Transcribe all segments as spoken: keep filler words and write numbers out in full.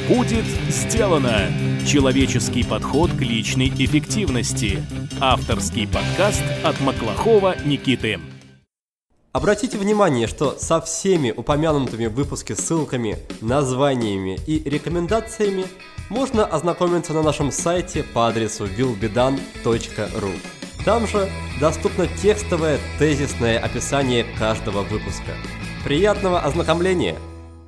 Будет сделано! Человеческий подход к личной эффективности. Авторский подкаст от Маклахова Никиты. Обратите внимание, что со всеми упомянутыми в выпуске ссылками, названиями и рекомендациями можно ознакомиться на нашем сайте по адресу вилл би дан точка ру. Там же доступно текстовое тезисное описание каждого выпуска. Приятного ознакомления!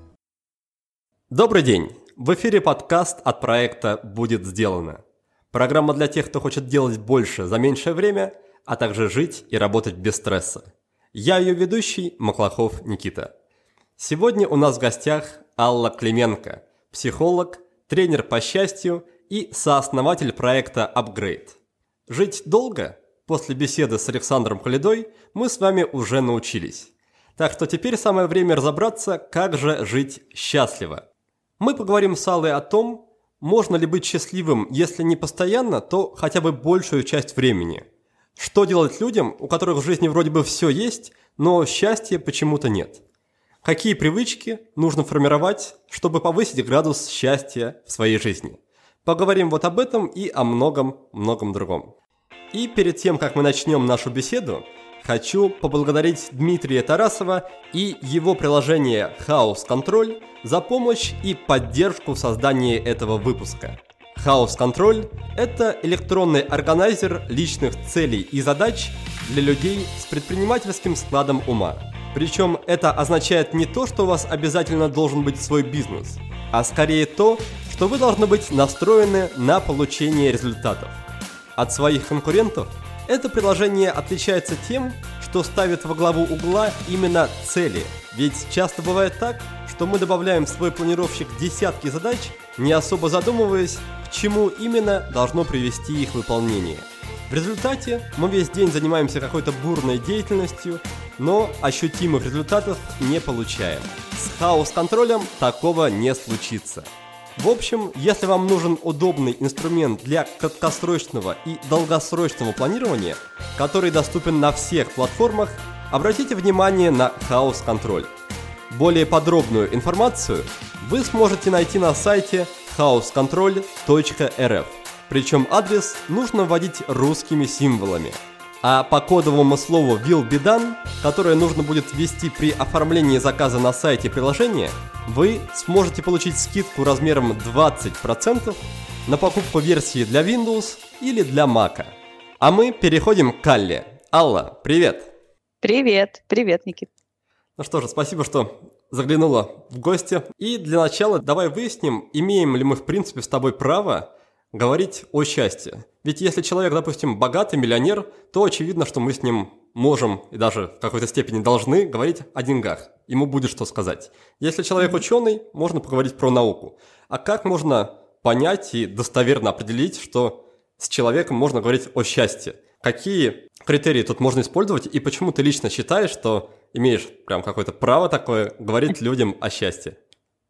Добрый день! В эфире подкаст от проекта «Будет сделано». Программа для тех, кто хочет делать больше за меньшее время, а также жить и работать без стресса. Я ее ведущий, Маклахов Никита. Сегодня у нас в гостях Алла Клименко, психолог, тренер по счастью и сооснователь проекта Upgrade. Жить долго? После беседы с Александром Халидой мы с вами уже научились. Так что теперь самое время разобраться, как же жить счастливо. Мы поговорим с Аллой о том, можно ли быть счастливым, если не постоянно, то хотя бы большую часть времени. Что делать людям, у которых в жизни вроде бы все есть, но счастья почему-то нет? Какие привычки нужно формировать, чтобы повысить градус счастья в своей жизни? Поговорим вот об этом и о многом-многом другом. И перед тем, как мы начнем нашу беседу, хочу поблагодарить Дмитрия Тарасова и его приложение House Control за помощь и поддержку в создании этого выпуска. House Control – это электронный органайзер личных целей и задач для людей с предпринимательским складом ума. Причем это означает не то, что у вас обязательно должен быть свой бизнес, а скорее то, что вы должны быть настроены на получение результатов. От своих конкурентов это приложение отличается тем, что ставит во главу угла именно цели. Ведь часто бывает так, что мы добавляем в свой планировщик десятки задач, не особо задумываясь, к чему именно должно привести их выполнение. В результате мы весь день занимаемся какой-то бурной деятельностью, но ощутимых результатов не получаем. С хаос-контролем такого не случится. В общем, если вам нужен удобный инструмент для краткосрочного и долгосрочного планирования, который доступен на всех платформах, обратите внимание на House Control. Более подробную информацию вы сможете найти на сайте хаус контроль точка эр эф, причем адрес нужно вводить русскими символами. А по кодовому слову вилл би дан, которое нужно будет ввести при оформлении заказа на сайте приложения, вы сможете получить скидку размером двадцать процентов на покупку версии для Windows или для Mac. А мы переходим к Алле. Алла, привет! Привет, привет, Никит. Ну что же, спасибо, что заглянула в гости. И для начала давай выясним, имеем ли мы в принципе с тобой право говорить о счастье. Ведь если человек, допустим, богатый, миллионер, то очевидно, что мы с ним можем и даже в какой-то степени должны говорить о деньгах. Ему будет что сказать. Если человек ученый, можно поговорить про науку. А как можно понять и достоверно определить, что с человеком можно говорить о счастье? Какие критерии тут можно использовать и почему ты лично считаешь, что имеешь прям какое-то право такое говорить людям о счастье?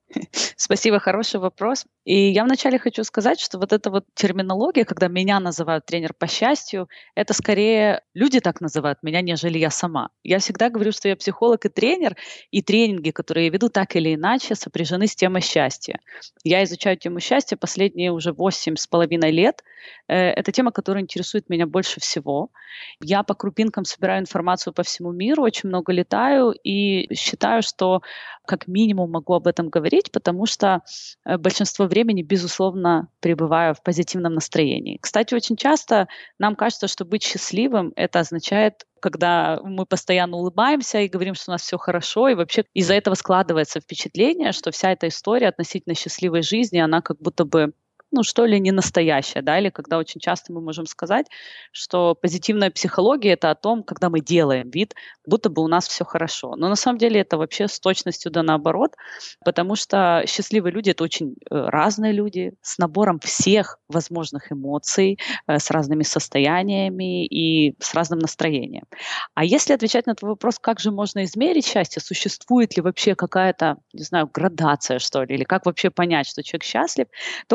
Спасибо, хороший вопрос. И я вначале хочу сказать, что вот эта вот терминология, когда меня называют тренер по счастью, это скорее люди так называют меня, нежели я сама. Я всегда говорю, что я психолог и тренер, и тренинги, которые я веду, так или иначе сопряжены с темой счастья. Я изучаю тему счастья последние уже восемь с половиной лет. Это тема, которая интересует меня больше всего. Я по крупинкам собираю информацию по всему миру, очень много летаю и считаю, что как минимум могу об этом говорить, потому что большинство времени, безусловно, пребываю в позитивном настроении. Кстати, очень часто нам кажется, что быть счастливым — это означает, когда мы постоянно улыбаемся и говорим, что у нас все хорошо, и вообще из-за этого складывается впечатление, что вся эта история относительно счастливой жизни, она как будто бы ну, что ли, не настоящая, да, или когда очень часто мы можем сказать, что позитивная психология — это о том, когда мы делаем вид, будто бы у нас все хорошо. Но на самом деле это вообще с точностью да наоборот, потому что счастливые люди — это очень разные люди, с набором всех возможных эмоций, с разными состояниями и с разным настроением. А если отвечать на твой вопрос, как же можно измерить счастье, существует ли вообще какая-то, не знаю, градация, что ли, или как вообще понять, что человек счастлив, то, конечно же,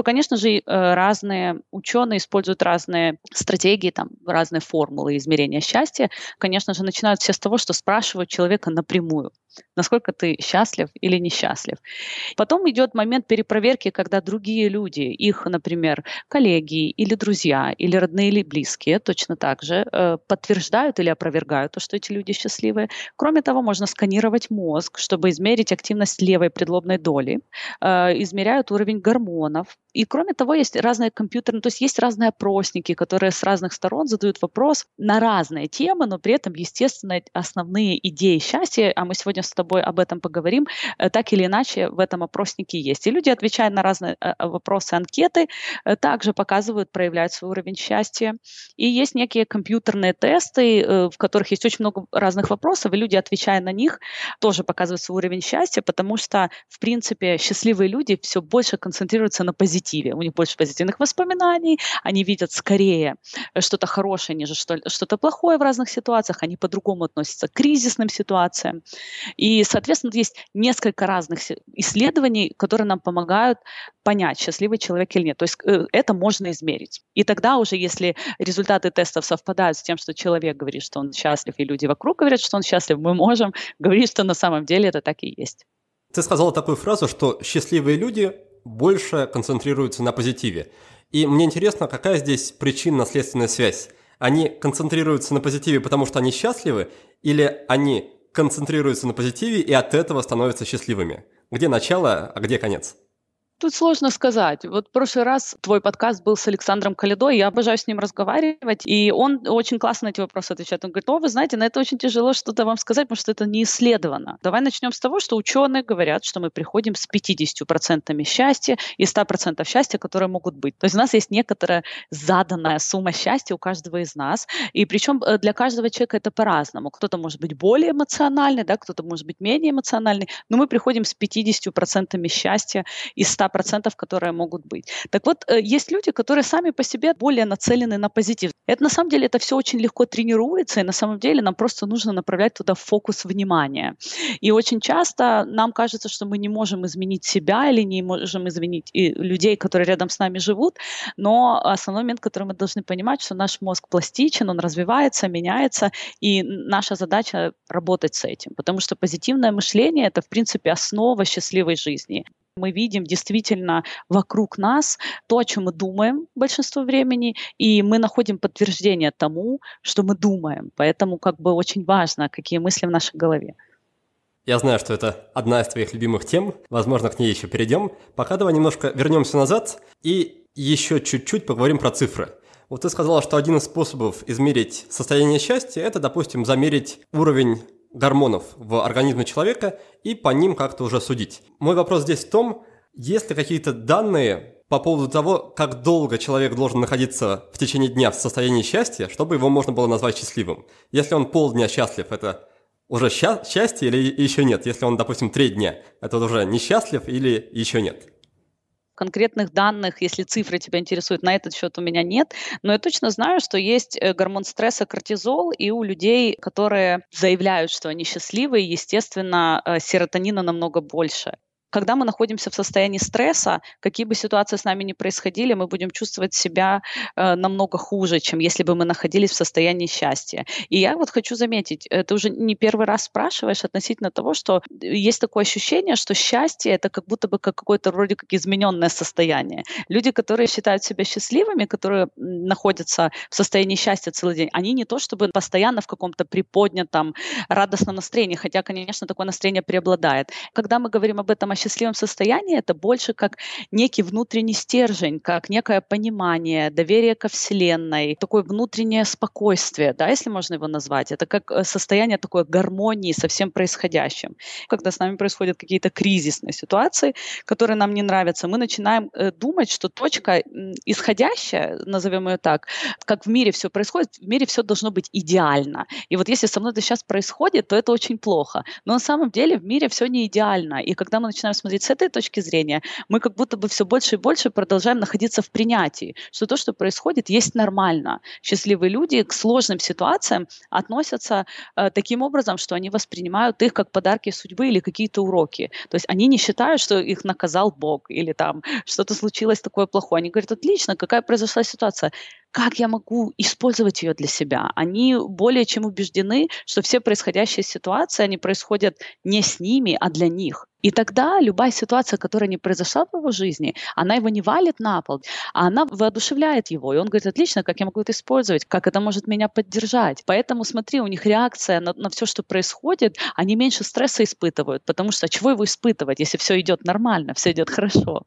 уже э, разные ученые используют разные стратегии, там, разные формулы измерения счастья. Конечно же, начинают все с того, что спрашивают человека напрямую, насколько ты счастлив или несчастлив. Потом идет момент перепроверки, когда другие люди, их, например, коллеги или друзья, или родные, или близкие, точно так же э, подтверждают или опровергают то, что эти люди счастливы. Кроме того, можно сканировать мозг, чтобы измерить активность левой предлобной доли, э, измеряют уровень гормонов. И кроме того, есть разные компьютерные, то есть есть разные опросники, которые с разных сторон задают вопрос на разные темы, но при этом, естественно, основные идеи счастья, а мы сегодня с тобой об этом поговорим, э, так или иначе в этом опроснике есть. И люди, отвечая на разные э, вопросы анкеты, э, также показывают, проявляют свой уровень счастья. И есть некие компьютерные тесты, э, в которых есть очень много разных вопросов, и люди, отвечая на них, тоже показывают свой уровень счастья, потому что, в принципе, счастливые люди все больше концентрируются на позитиве. У них больше позитивных воспоминаний, они видят скорее что-то хорошее, нежели что-то плохое в разных ситуациях, они по-другому относятся к кризисным ситуациям. И, соответственно, есть несколько разных исследований, которые нам помогают понять, счастливый человек или нет. То есть э, это можно измерить. И тогда уже, если результаты тестов совпадают с тем, что человек говорит, что он счастлив, и люди вокруг говорят, что он счастлив, мы можем говорить, что на самом деле это так и есть. Ты сказала такую фразу, что счастливые люди больше концентрируются на позитиве. И мне интересно, какая здесь причинно-следственная связь? Они концентрируются на позитиве, потому что они счастливы, или они концентрируются на позитиве и от этого становятся счастливыми? Где начало, а где конец? Тут сложно сказать. Вот в прошлый раз твой подкаст был с Александром Калидой, я обожаю с ним разговаривать, и он очень классно на эти вопросы отвечает. Он говорит: о, вы знаете, на это очень тяжело что-то вам сказать, потому что это не исследовано. Давай начнем с того, что ученые говорят, что мы приходим с пятьюдесятью процентами счастья и ста процентов счастья, которые могут быть. То есть у нас есть некоторая заданная сумма счастья у каждого из нас, и причем для каждого человека это по-разному. Кто-то может быть более эмоциональный, да, кто-то может быть менее эмоциональный, но мы приходим с пятьюдесятью процентами счастья и ста процентов, которые могут быть. Так вот, есть люди, которые сами по себе более нацелены на позитив. Это на самом деле это все очень легко тренируется, и на самом деле нам просто нужно направлять туда фокус внимания. И очень часто нам кажется, что мы не можем изменить себя или не можем изменить и людей, которые рядом с нами живут, но основной момент, который мы должны понимать, что наш мозг пластичен, он развивается, меняется, и наша задача работать с этим, потому что позитивное мышление – это, в принципе, основа счастливой жизни. Мы видим действительно вокруг нас то, о чем мы думаем большинство времени, и мы находим подтверждение тому, что мы думаем. Поэтому как бы очень важно, какие мысли в нашей голове. Я знаю, что это одна из твоих любимых тем. Возможно, к ней еще перейдем. Пока давай немножко вернемся назад и еще чуть-чуть поговорим про цифры. Вот ты сказала, что один из способов измерить состояние счастья – это, допустим, замерить уровень гормонов в организме человека и по ним как-то уже судить. Мой вопрос здесь в том, есть ли какие-то данные по поводу того, как долго человек должен находиться в течение дня в состоянии счастья, чтобы его можно было назвать счастливым. Если он полдня счастлив, это уже ща- счастье или еще нет? Если он, допустим, три дня, это уже несчастлив или еще нет? Конкретных данных, если цифры тебя интересуют, на этот счет у меня нет, но я точно знаю, что есть гормон стресса кортизол, и у людей, которые заявляют, что они счастливы, естественно, серотонина намного больше. Когда мы находимся в состоянии стресса, какие бы ситуации с нами ни происходили, мы будем чувствовать себя э, намного хуже, чем если бы мы находились в состоянии счастья. И я вот хочу заметить, ты уже не первый раз спрашиваешь относительно того, что есть такое ощущение, что счастье – это как будто бы как какое-то вроде как измененное состояние. Люди, которые считают себя счастливыми, которые находятся в состоянии счастья целый день, они не то чтобы постоянно в каком-то приподнятом, радостном настроении, хотя, конечно, такое настроение преобладает. Когда мы говорим об этом о счастливом состоянии, это больше как некий внутренний стержень, как некое понимание, доверие ко Вселенной, такое внутреннее спокойствие, да, если можно его назвать. Это как состояние такой гармонии со всем происходящим. Когда с нами происходят какие-то кризисные ситуации, которые нам не нравятся, мы начинаем э, думать, что точка э, исходящая, назовем ее так, как в мире все происходит, в мире все должно быть идеально. И вот если со мной это сейчас происходит, то это очень плохо. Но на самом деле в мире все не идеально. И когда мы начинаем начинаем смотреть с этой точки зрения, мы как будто бы все больше и больше продолжаем находиться в принятии, что то, что происходит, есть нормально. Счастливые люди к сложным ситуациям относятся э, таким образом, что они воспринимают их как подарки судьбы или какие-то уроки. То есть они не считают, что их наказал Бог или там что-то случилось такое плохое. Они говорят, отлично, какая произошла ситуация, как я могу использовать ее для себя? Они более чем убеждены, что все происходящие ситуации, они происходят не с ними, а для них. И тогда любая ситуация, которая не произошла в его жизни, она его не валит на пол, а она воодушевляет его. И он говорит, отлично, как я могу это использовать, как это может меня поддержать. Поэтому смотри, у них реакция на, на все, что происходит, они меньше стресса испытывают, потому что чего его испытывать, если все идет нормально, все идет хорошо.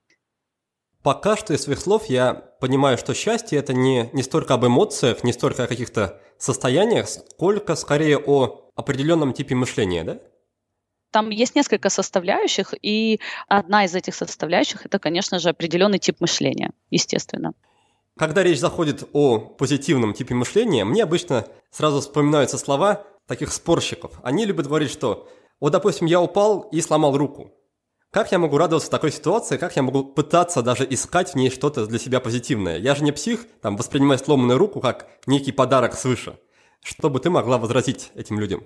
Пока что из своих слов я понимаю, что счастье – это не, не столько об эмоциях, не столько о каких-то состояниях, сколько скорее о определенном типе мышления, да? Там есть несколько составляющих, и одна из этих составляющих – это, конечно же, определенный тип мышления, естественно. Когда речь заходит о позитивном типе мышления, мне обычно сразу вспоминаются слова таких спорщиков. Они любят говорить, что вот, допустим, я упал и сломал руку. Как я могу радоваться такой ситуации, как я могу пытаться даже искать в ней что-то для себя позитивное? Я же не псих, там, воспринимать сломанную руку как некий подарок свыше. Что бы ты могла возразить этим людям?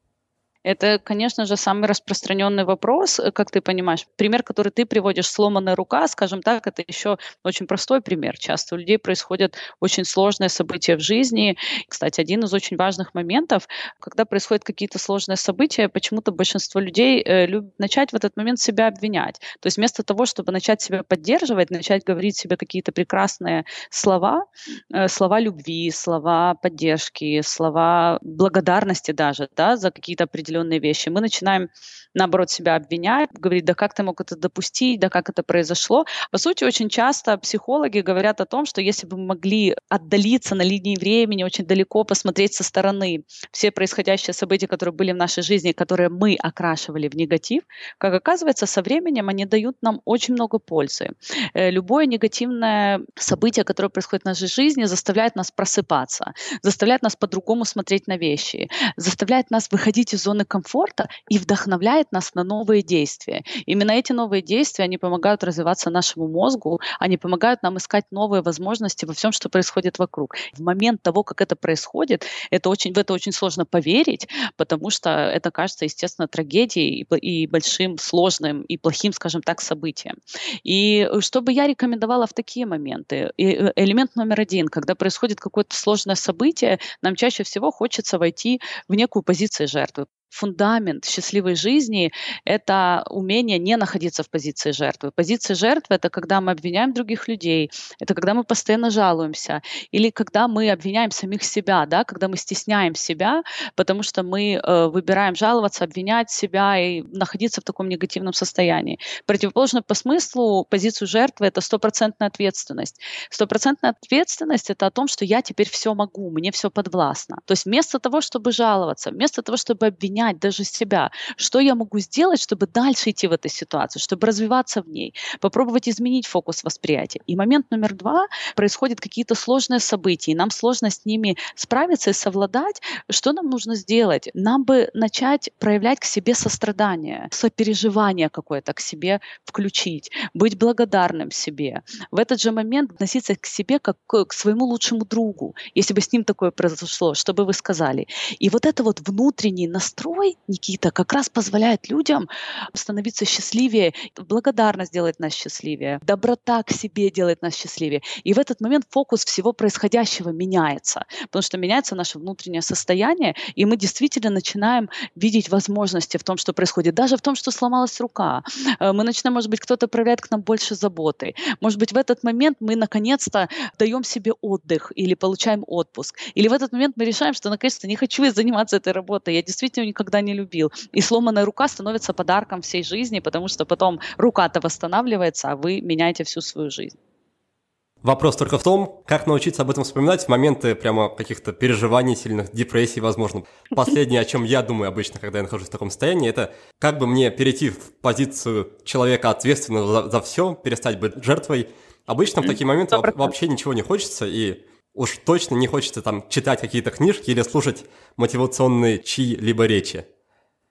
Это, конечно же, самый распространенный вопрос, как ты понимаешь. Пример, который ты приводишь, сломанная рука, скажем так, это еще очень простой пример. Часто у людей происходят очень сложные события в жизни. Кстати, один из очень важных моментов, когда происходят какие-то сложные события, почему-то большинство людей э, любят начать в этот момент себя обвинять. То есть вместо того, чтобы начать себя поддерживать, начать говорить себе какие-то прекрасные слова, э, слова любви, слова поддержки, слова благодарности даже, да, за какие-то определенные определенные вещи, мы начинаем, наоборот, себя обвинять, говорить, да как ты мог это допустить, да как это произошло. По сути, очень часто психологи говорят о том, что если бы мы могли отдалиться на линии времени, очень далеко посмотреть со стороны все происходящие события, которые были в нашей жизни, которые мы окрашивали в негатив, как оказывается, со временем они дают нам очень много пользы. Любое негативное событие, которое происходит в нашей жизни, заставляет нас просыпаться, заставляет нас по-другому смотреть на вещи, заставляет нас выходить из зоны комфорта и вдохновляет нас на новые действия. Именно эти новые действия, они помогают развиваться нашему мозгу, они помогают нам искать новые возможности во всем, что происходит вокруг. В момент того, как это происходит, это очень, в это очень сложно поверить, потому что это кажется, естественно, трагедией и, и большим, сложным и плохим, скажем так, событием. И что бы я рекомендовала в такие моменты? И элемент номер один, когда происходит какое-то сложное событие, нам чаще всего хочется войти в некую позицию жертвы. Фундамент счастливой жизни – это умение не находиться в позиции жертвы. Позиция жертвы – это когда мы обвиняем других людей, это когда мы постоянно жалуемся, или когда мы обвиняем самих себя, да, когда мы стесняем себя, потому что мы э, выбираем жаловаться, обвинять себя и находиться в таком негативном состоянии. Противоположно по смыслу позицию жертвы – это стопроцентная ответственность. Стопроцентная ответственность – это о том, что я теперь все могу, мне все подвластно. То есть вместо того, чтобы жаловаться, вместо того, чтобы обвинять даже себя, что я могу сделать, чтобы дальше идти в этой ситуации, чтобы развиваться в ней, попробовать изменить фокус восприятия. И момент номер два, происходят какие-то сложные события, и нам сложно с ними справиться и совладать. Что нам нужно сделать? Нам бы начать проявлять к себе сострадание, сопереживание какое-то к себе включить, быть благодарным себе. В этот же момент относиться к себе как к своему лучшему другу, если бы с ним такое произошло, что бы вы сказали. И вот это вот внутренний настрой, Никита, как раз позволяет людям становиться счастливее, благодарность делает нас счастливее, доброта к себе делает нас счастливее. И в этот момент фокус всего происходящего меняется, потому что меняется наше внутреннее состояние, и мы действительно начинаем видеть возможности в том, что происходит, даже в том, что сломалась рука. Мы начинаем, может быть, кто-то проявляет к нам больше заботы. Может быть, в этот момент мы наконец-то даем себе отдых или получаем отпуск. Или в этот момент мы решаем, что наконец-то не хочу я заниматься этой работой, я действительно никогда не любил. И сломанная рука становится подарком всей жизни, потому что потом рука-то восстанавливается, а вы меняете всю свою жизнь. Вопрос только в том, как научиться об этом вспоминать в моменты прямо каких-то переживаний, сильных депрессий, возможно. Последнее, о чем я думаю обычно, когда я нахожусь в таком состоянии, это как бы мне перейти в позицию человека, ответственного за, за все, перестать быть жертвой. Обычно в такие моменты вообще ничего не хочется, и уж точно не хочется там читать какие-то книжки или слушать мотивационные чьи-либо речи.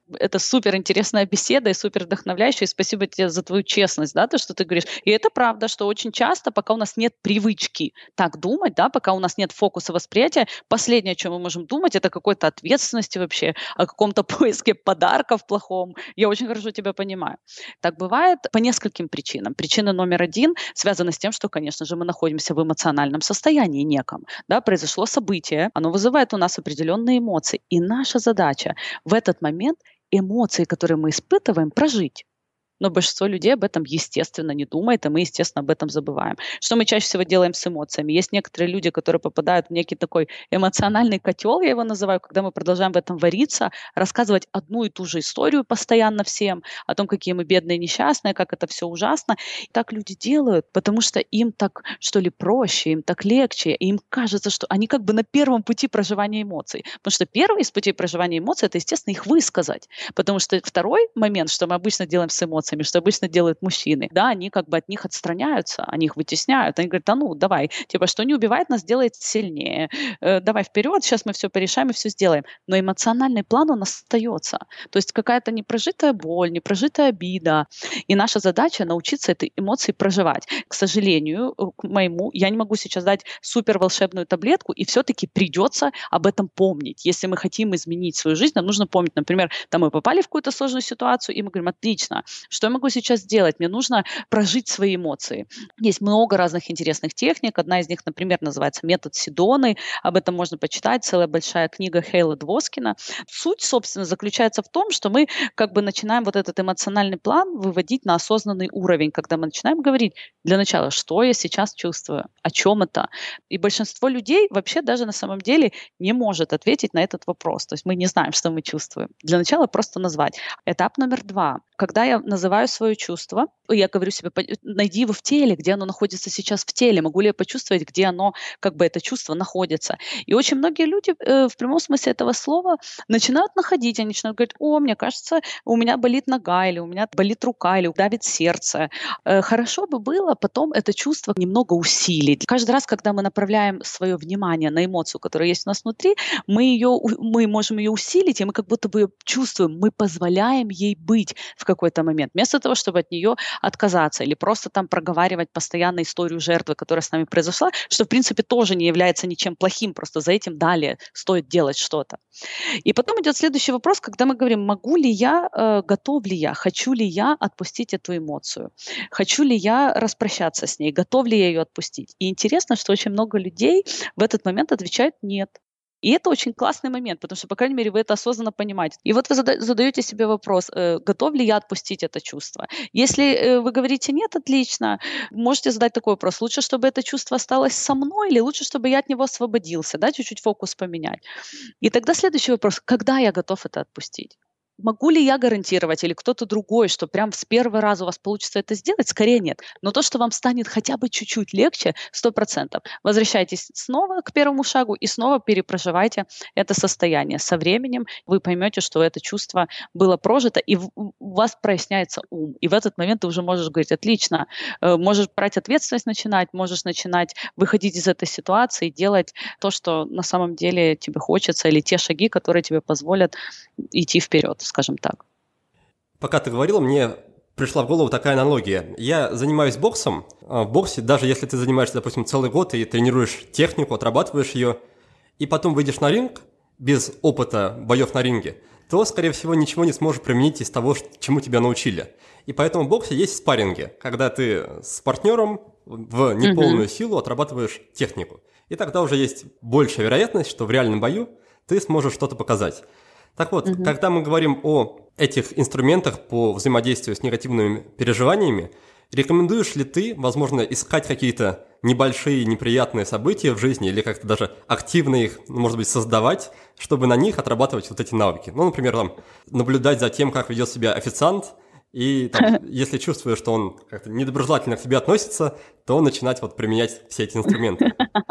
Это супер интересная беседа и супер вдохновляющая. И спасибо тебе за твою честность, да, то, что ты говоришь. И это правда, что очень часто, пока у нас нет привычки так думать, да, пока у нас нет фокуса восприятия, последнее, о чем мы можем думать, это какой-то ответственности вообще, о каком-то поиске подарка в плохом. Я очень хорошо тебя понимаю. Так бывает по нескольким причинам. Причина номер один связана с тем, что, конечно же, мы находимся в эмоциональном состоянии неком. Да, произошло событие, оно вызывает у нас определенные эмоции. И наша задача в этот момент эмоции, которые мы испытываем, прожить. Но большинство людей об этом, естественно, не думает, и мы, естественно, об этом забываем. Что мы чаще всего делаем с эмоциями? Есть некоторые люди, которые попадают в некий такой эмоциональный котел, я его называю, когда мы продолжаем в этом вариться, рассказывать одну и ту же историю постоянно всем, о том, какие мы бедные, несчастные, как это все ужасно. И так люди делают, потому что им так, что ли, проще, им так легче, и им кажется, что они как бы на первом пути проживания эмоций. Потому что первый из путей проживания эмоций – это, естественно, их высказать. Потому что второй момент, что мы обычно делаем с эмоциями, что обычно делают мужчины, да, они как бы от них отстраняются, они их вытесняют, они говорят, да ну, давай, типа, что не убивает нас, делает сильнее, э, давай вперед, сейчас мы все порешаем и все сделаем. Но эмоциональный план, он остается. То есть какая-то непрожитая боль, непрожитая обида. И наша задача научиться этой эмоции проживать. К сожалению, к моему, я не могу сейчас дать супер волшебную таблетку, и все-таки придется об этом помнить. Если мы хотим изменить свою жизнь, нам нужно помнить, например, там мы попали в какую-то сложную ситуацию, и мы говорим, отлично, что я могу сейчас сделать? Мне нужно прожить свои эмоции. Есть много разных интересных техник. Одна из них, например, называется метод Сидоны. Об этом можно почитать. Целая большая книга Хейла Двоскина. Суть, собственно, заключается в том, что мы как бы начинаем вот этот эмоциональный план выводить на осознанный уровень, когда мы начинаем говорить для начала, что я сейчас чувствую, о чем это. И большинство людей вообще даже на самом деле не может ответить на этот вопрос. То есть мы не знаем, что мы чувствуем. Для начала просто назвать. Этап номер два. Когда я называю свое чувство, я говорю себе, найди его в теле, где оно находится сейчас в теле, могу ли я почувствовать, где оно, как бы это чувство находится. И очень многие люди э, в прямом смысле этого слова начинают находить, они начинают говорить, о, мне кажется, у меня болит нога, или у меня болит рука, или давит сердце. Э, хорошо бы было потом это чувство немного усилить. Каждый раз, когда мы направляем свое внимание на эмоцию, которая есть у нас внутри, мы, ее, мы можем ее усилить, и мы как будто бы ее чувствуем, мы позволяем ей быть в какой-то момент. Вместо того, чтобы от нее отказаться или просто там проговаривать постоянно историю жертвы, которая с нами произошла, что, в принципе, тоже не является ничем плохим, просто за этим далее стоит делать что-то. И потом идет следующий вопрос, когда мы говорим, могу ли я, э, готов ли я, хочу ли я отпустить эту эмоцию, хочу ли я распрощаться с ней, готов ли я ее отпустить. И интересно, что очень много людей в этот момент отвечают «нет». И это очень классный момент, потому что, по крайней мере, вы это осознанно понимаете. И вот вы зада- задаете себе вопрос, э, готов ли я отпустить это чувство? Если э, вы говорите «нет», отлично, можете задать такой вопрос, лучше, чтобы это чувство осталось со мной, или лучше, чтобы я от него освободился, да, чуть-чуть фокус поменять. И тогда следующий вопрос, когда я готов это отпустить? Могу ли я гарантировать или кто-то другой, что прям с первого раза у вас получится это сделать? Скорее нет. Но то, что вам станет хотя бы чуть-чуть легче, сто процентов. Возвращайтесь снова к первому шагу и снова перепроживайте это состояние. Со временем вы поймете, что это чувство было прожито, и у вас проясняется ум. И в этот момент ты уже можешь говорить, отлично, можешь брать ответственность начинать, можешь начинать выходить из этой ситуации, делать то, что на самом деле тебе хочется, или те шаги, которые тебе позволят идти вперед, скажем так. Пока ты говорила, мне пришла в голову такая аналогия. Я занимаюсь боксом. В боксе, даже если ты занимаешься, допустим, целый год и тренируешь технику, отрабатываешь ее, и потом выйдешь на ринг без опыта боев на ринге, то, скорее всего, ничего не сможешь применить из того, чему тебя научили. И поэтому в боксе есть спарринги, когда ты с партнером в неполную uh-huh. силу отрабатываешь технику. И тогда уже есть большая вероятность, что в реальном бою ты сможешь что-то показать. Так вот, угу. когда мы говорим о этих инструментах по взаимодействию с негативными переживаниями, рекомендуешь ли ты, возможно, искать какие-то небольшие неприятные события в жизни или как-то даже активно их, может быть, создавать, чтобы на них отрабатывать вот эти навыки? Ну, например, там, наблюдать за тем, как ведет себя официант, и там, если чувствуешь, что он как-то недоброжелательно к тебе относится, то начинать вот применять все эти инструменты.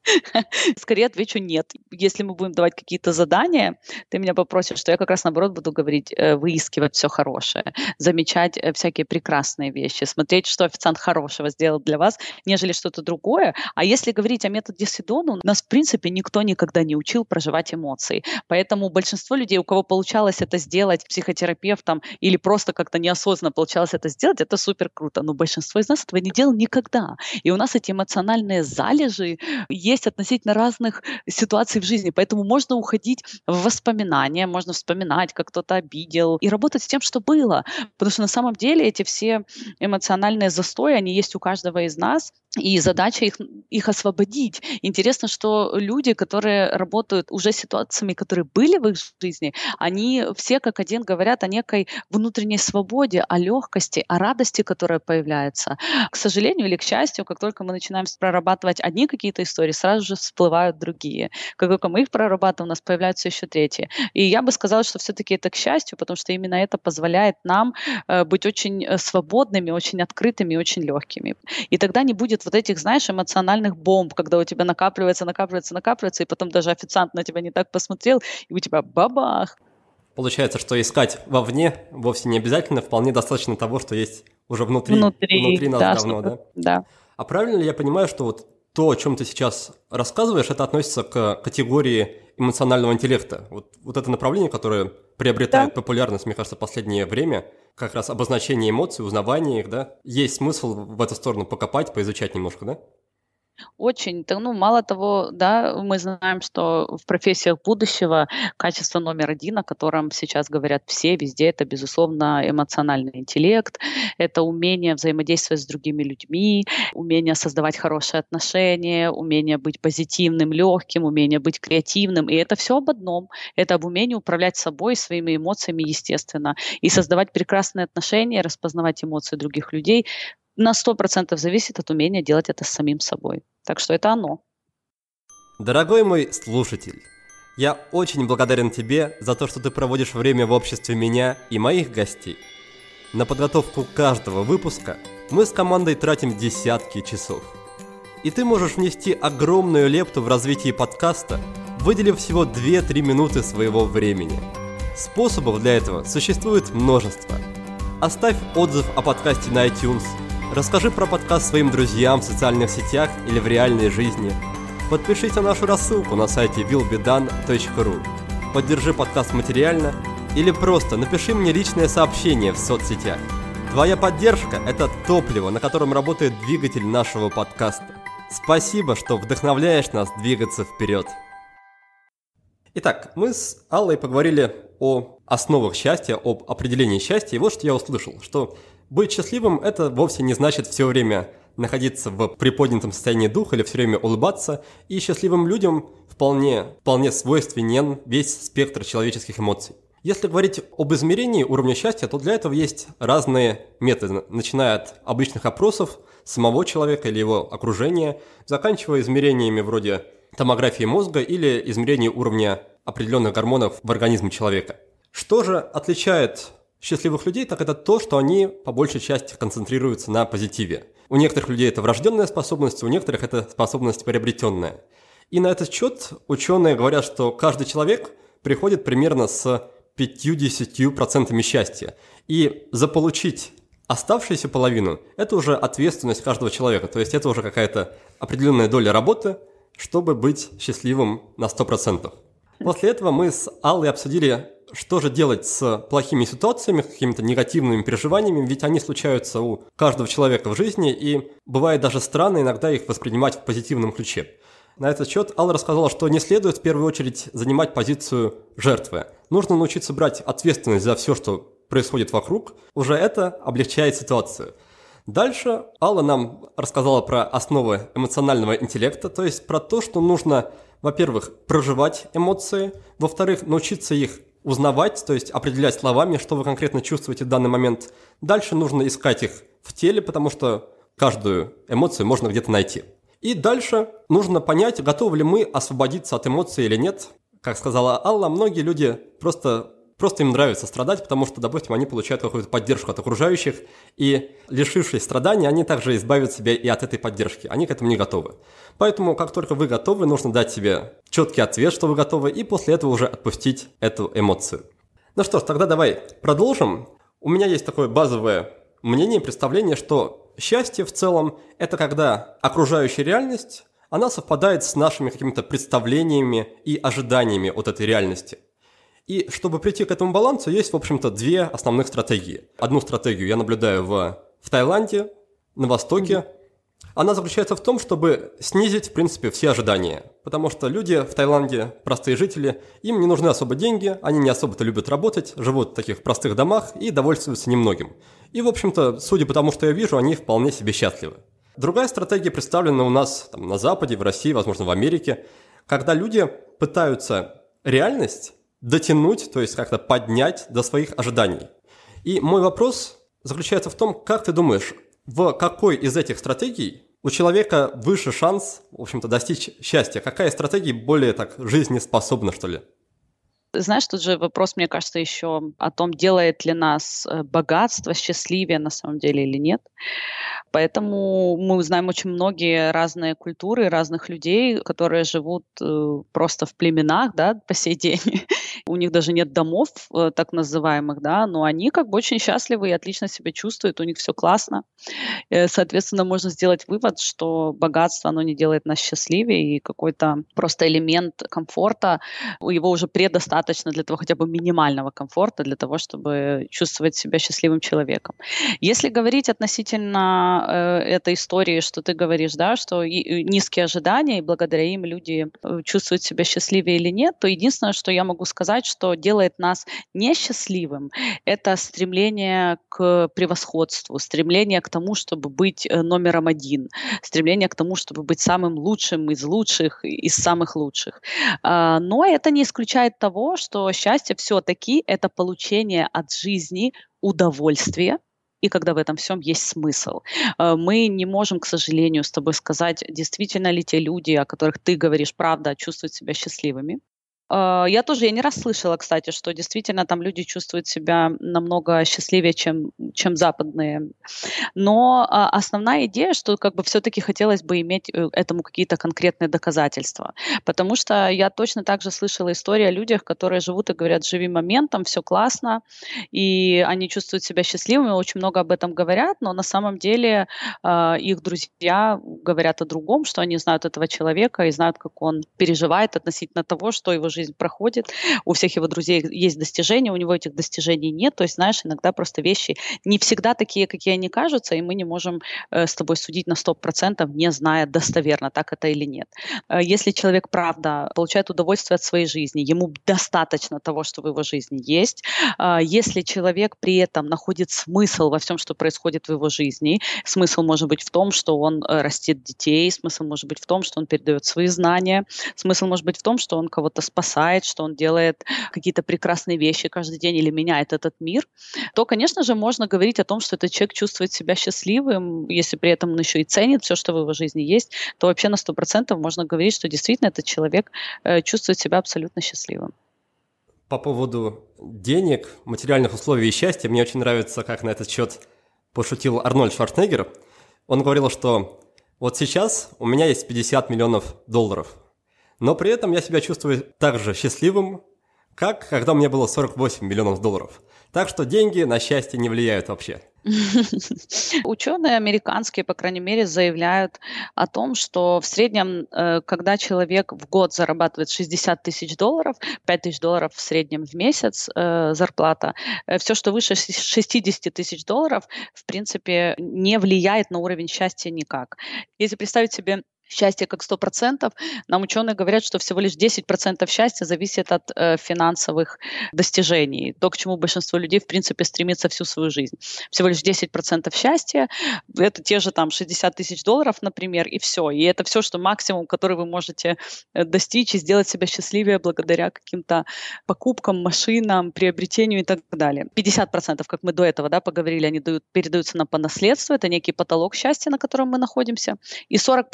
Скорее отвечу нет. Если мы будем давать какие-то задания, ты меня попросишь, что я как раз наоборот буду говорить, э, выискивать все хорошее, замечать э, всякие прекрасные вещи, смотреть, что официант хорошего сделал для вас, нежели что-то другое. А если говорить о методе Седона, нас, в принципе, никто никогда не учил проживать эмоции. Поэтому большинство людей, у кого получалось это сделать психотерапевтом или просто как-то неосознанно получалось это сделать, это супер круто. Но большинство из нас этого не делал никогда. И у нас эти эмоциональные залежи есть относительно разных ситуаций в жизни. Поэтому можно уходить в воспоминания, можно вспоминать, как кто-то обидел, и работать с тем, что было. Потому что на самом деле эти все эмоциональные застои, они есть у каждого из нас, и задача их, их освободить. Интересно, что люди, которые работают уже с ситуациями, которые были в их жизни, они все как один говорят о некой внутренней свободе, о легкости, о радости, которая появляется. К сожалению или к счастью, как только мы начинаем прорабатывать одни какие-то истории, сразу же всплывают другие. Как только мы их прорабатываем, у нас появляются еще третьи. И я бы сказала, что все-таки это к счастью, потому что именно это позволяет нам э, быть очень э, свободными, очень открытыми, очень легкими. И тогда не будет вот этих, знаешь, эмоциональных бомб, когда у тебя накапливается, накапливается, накапливается, и потом даже официант на тебя не так посмотрел, и у тебя бабах. Получается, что искать вовне вовсе не обязательно, вполне достаточно того, что есть уже внутри, Внутри, внутри нас да, давно, да? Да. А правильно ли я понимаю, что вот то, о чем ты сейчас рассказываешь, это относится к категории эмоционального интеллекта? Вот, вот это направление, которое приобретает да. популярность, мне кажется, в последнее время, как раз обозначение эмоций, узнавание их, да? Есть смысл в эту сторону покопать, поизучать немножко, да? Очень. Ну, мало того, да, мы знаем, что в профессиях будущего качество номер один, о котором сейчас говорят все, везде, это, безусловно, эмоциональный интеллект, это умение взаимодействовать с другими людьми, умение создавать хорошие отношения, умение быть позитивным, легким, умение быть креативным. И это все об одном. Это об умении управлять собой, своими эмоциями, естественно, и создавать прекрасные отношения, распознавать эмоции других людей. На сто процентов зависит от умения делать это с самим собой. Так что это оно. Дорогой мой слушатель, я очень благодарен тебе за то, что ты проводишь время в обществе меня и моих гостей. На подготовку каждого выпуска мы с командой тратим десятки часов. И ты можешь внести огромную лепту в развитие подкаста, выделив всего две-три минуты своего времени. Способов для этого существует множество. Оставь отзыв о подкасте на iTunes, расскажи про подкаст своим друзьям в социальных сетях или в реальной жизни. Подпишись на нашу рассылку на сайте will be done точка ru. Поддержи подкаст материально или просто напиши мне личное сообщение в соцсетях. Твоя поддержка – это топливо, на котором работает двигатель нашего подкаста. Спасибо, что вдохновляешь нас двигаться вперед. Итак, мы с Аллой поговорили о основах счастья, об определении счастья. И вот что я услышал, что быть счастливым – это вовсе не значит все время находиться в приподнятом состоянии духа или все время улыбаться. И счастливым людям вполне, вполне свойственен весь спектр человеческих эмоций. Если говорить об измерении уровня счастья, то для этого есть разные методы, начиная от обычных опросов самого человека или его окружения, заканчивая измерениями вроде томографии мозга или измерения уровня определенных гормонов в организме человека. Что же отличает счастливых людей, так это то, что они по большей части концентрируются на позитиве. У некоторых людей это врожденная способность, у некоторых это способность приобретенная. И на этот счет ученые говорят, что каждый человек приходит примерно с пятью-десятью процентами счастья. И заполучить оставшуюся половину – это уже ответственность каждого человека. То есть это уже какая-то определенная доля работы, чтобы быть счастливым на сто процентов. После этого мы с Аллой обсудили, что же делать с плохими ситуациями, какими-то негативными переживаниями, ведь они случаются у каждого человека в жизни, и бывает даже странно иногда их воспринимать в позитивном ключе. На этот счет Алла рассказала, что не следует в первую очередь занимать позицию жертвы. Нужно научиться брать ответственность за все, что происходит вокруг. Уже это облегчает ситуацию. Дальше Алла нам рассказала про основы эмоционального интеллекта, то есть про то, что нужно, во-первых, проживать эмоции, во-вторых, научиться их узнавать, то есть определять словами, что вы конкретно чувствуете в данный момент. Дальше нужно искать их в теле, потому что каждую эмоцию можно где-то найти. И дальше нужно понять, готовы ли мы освободиться от эмоций или нет. Как сказала Алла, многие люди просто просто им нравится страдать, потому что, допустим, они получают какую-то поддержку от окружающих, и, лишившись страданий, они также избавят себя и от этой поддержки. Они к этому не готовы. Поэтому, как только вы готовы, нужно дать себе четкий ответ, что вы готовы, и после этого уже отпустить эту эмоцию. Ну что ж, тогда давай продолжим. У меня есть такое базовое мнение, представление, что счастье в целом – это когда окружающая реальность, она совпадает с нашими какими-то представлениями и ожиданиями от этой реальности. И чтобы прийти к этому балансу, есть, в общем-то, две основных стратегии. Одну стратегию я наблюдаю в, в Таиланде, на Востоке. Она заключается в том, чтобы снизить, в принципе, все ожидания. Потому что люди в Таиланде, простые жители, им не нужны особо деньги, они не особо-то любят работать, живут в таких простых домах и довольствуются немногим. И, в общем-то, судя по тому, что я вижу, они вполне себе счастливы. Другая стратегия представлена у нас там, на Западе, в России, возможно, в Америке, когда люди пытаются реальность дотянуть, то есть как-то поднять до своих ожиданий. И мой вопрос заключается в том, как ты думаешь, в какой из этих стратегий у человека выше шанс, в общем-то, достичь счастья? Какая из стратегий более так жизнеспособна, что ли? Знаешь, тут же вопрос, мне кажется, еще о том, делает ли нас богатство счастливее на самом деле или нет. Поэтому мы знаем очень многие разные культуры, разных людей, которые живут э, просто в племенах, да, по сей день. У них даже нет домов, э, так называемых, да, но они как бы очень счастливы и отлично себя чувствуют, у них все классно. Э, соответственно, можно сделать вывод, что богатство, оно не делает нас счастливее, и какой-то просто элемент комфорта, его уже предостаточно для того, хотя бы минимального комфорта, для того, чтобы чувствовать себя счастливым человеком. Если говорить относительно этой истории, что ты говоришь, да, что и, низкие ожидания, и благодаря им люди чувствуют себя счастливее или нет, то единственное, что я могу сказать, что делает нас несчастливым, это стремление к превосходству, стремление к тому, чтобы быть номером один, стремление к тому, чтобы быть самым лучшим из лучших, из самых лучших. Но это не исключает того, что счастье все-таки это получение от жизни удовольствия, и когда в этом всем есть смысл. Мы не можем, к сожалению, с тобой сказать, действительно ли те люди, о которых ты говоришь, правда, чувствуют себя счастливыми. Я тоже, я не раз слышала, кстати, что действительно там люди чувствуют себя намного счастливее, чем, чем западные. Но а, основная идея, что как бы все-таки хотелось бы иметь этому какие-то конкретные доказательства. Потому что я точно так же слышала истории о людях, которые живут и говорят, живи моментом, все классно, и они чувствуют себя счастливыми, очень много об этом говорят, но на самом деле а, их друзья говорят о другом, что они знают этого человека и знают, как он переживает относительно того, что его жизнь проходит, у всех его друзей есть достижения, у него этих достижений нет, то есть, знаешь, иногда просто вещи не всегда такие, какие они кажутся, и мы не можем э, с тобой судить на сто процентов, не зная достоверно, так это или нет. Э, если человек, правда, получает удовольствие от своей жизни, ему достаточно того, что в его жизни есть, э, если человек при этом находит смысл во всем, что происходит в его жизни, смысл может быть в том, что он э, растит детей, смысл может быть в том, что он передает свои знания, смысл может быть в том, что он кого-то спасает, что он делает какие-то прекрасные вещи каждый день или меняет этот мир, то, конечно же, можно говорить о том, что этот человек чувствует себя счастливым, если при этом он еще и ценит все, что в его жизни есть, то вообще на сто процентов можно говорить, что действительно этот человек э, чувствует себя абсолютно счастливым. По поводу денег, материальных условий и счастья, мне очень нравится, как на этот счет пошутил Арнольд Шварценеггер. Он говорил, что вот сейчас у меня есть пятьдесят миллионов долларов, но при этом я себя чувствую так же счастливым, как когда у меня было сорок восемь миллионов долларов. Так что деньги на счастье не влияют вообще. Ученые американские, по крайней мере, заявляют о том, что в среднем, когда человек в год зарабатывает шестьдесят тысяч долларов, пять тысяч долларов в среднем в месяц зарплата, все, что выше шестьдесят тысяч долларов, в принципе, не влияет на уровень счастья никак. Если представить себе счастье как сто процентов, нам ученые говорят, что всего лишь десять процентов счастья зависит от э, финансовых достижений. То, к чему большинство людей, в принципе, стремится всю свою жизнь. Всего лишь десять процентов счастья, это те же там шестьдесят тысяч долларов, например, и все. И это все, что максимум, который вы можете достичь и сделать себя счастливее благодаря каким-то покупкам, машинам, приобретению и так далее. пятьдесят процентов, как мы до этого да, поговорили, они дают, передаются нам по наследству, это некий потолок счастья, на котором мы находимся. И сорок процентов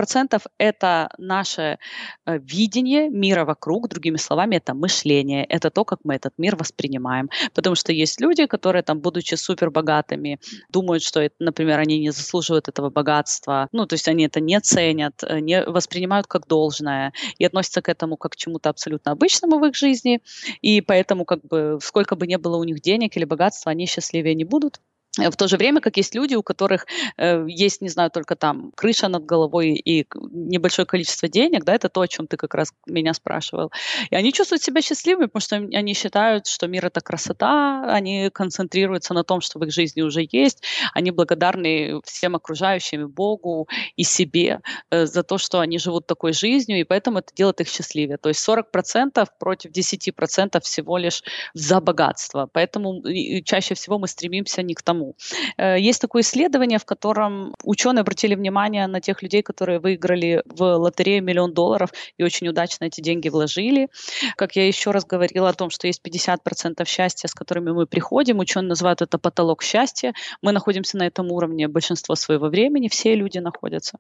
процентов это наше э, видение мира вокруг, другими словами, это мышление, это то, как мы этот мир воспринимаем. Потому что есть люди, которые, там, будучи супербогатыми, думают, что, это, например, они не заслуживают этого богатства, ну, то есть они это не ценят, э, не воспринимают как должное и относятся к этому как к чему-то абсолютно обычному в их жизни, и поэтому как бы сколько бы ни было у них денег или богатства, они счастливее не будут. Э, В то же время, как есть люди, у которых э, есть, не знаю, только там крыша над головой и к- небольшое количество денег, да, это то, о чем ты как раз меня спрашивал. И они чувствуют себя счастливыми, потому что им- они считают, что мир — это красота, они концентрируются на том, что в их жизни уже есть, они благодарны всем окружающим, и Богу, и себе э, за то, что они живут такой жизнью, и поэтому это делает их счастливее. То есть сорок процентов против десять процентов всего лишь за богатство. Поэтому и- и чаще всего мы стремимся не к тому. Э, Есть такое исследование, в котором ученые обратили внимание на тех людей, которые выиграли в лотерею миллион долларов и очень удачно эти деньги вложили. Как я еще раз говорила о том, что есть пятьдесят процентов счастья, с которыми мы приходим. Ученые называют это потолок счастья. Мы находимся на этом уровне большинство своего времени, все люди находятся.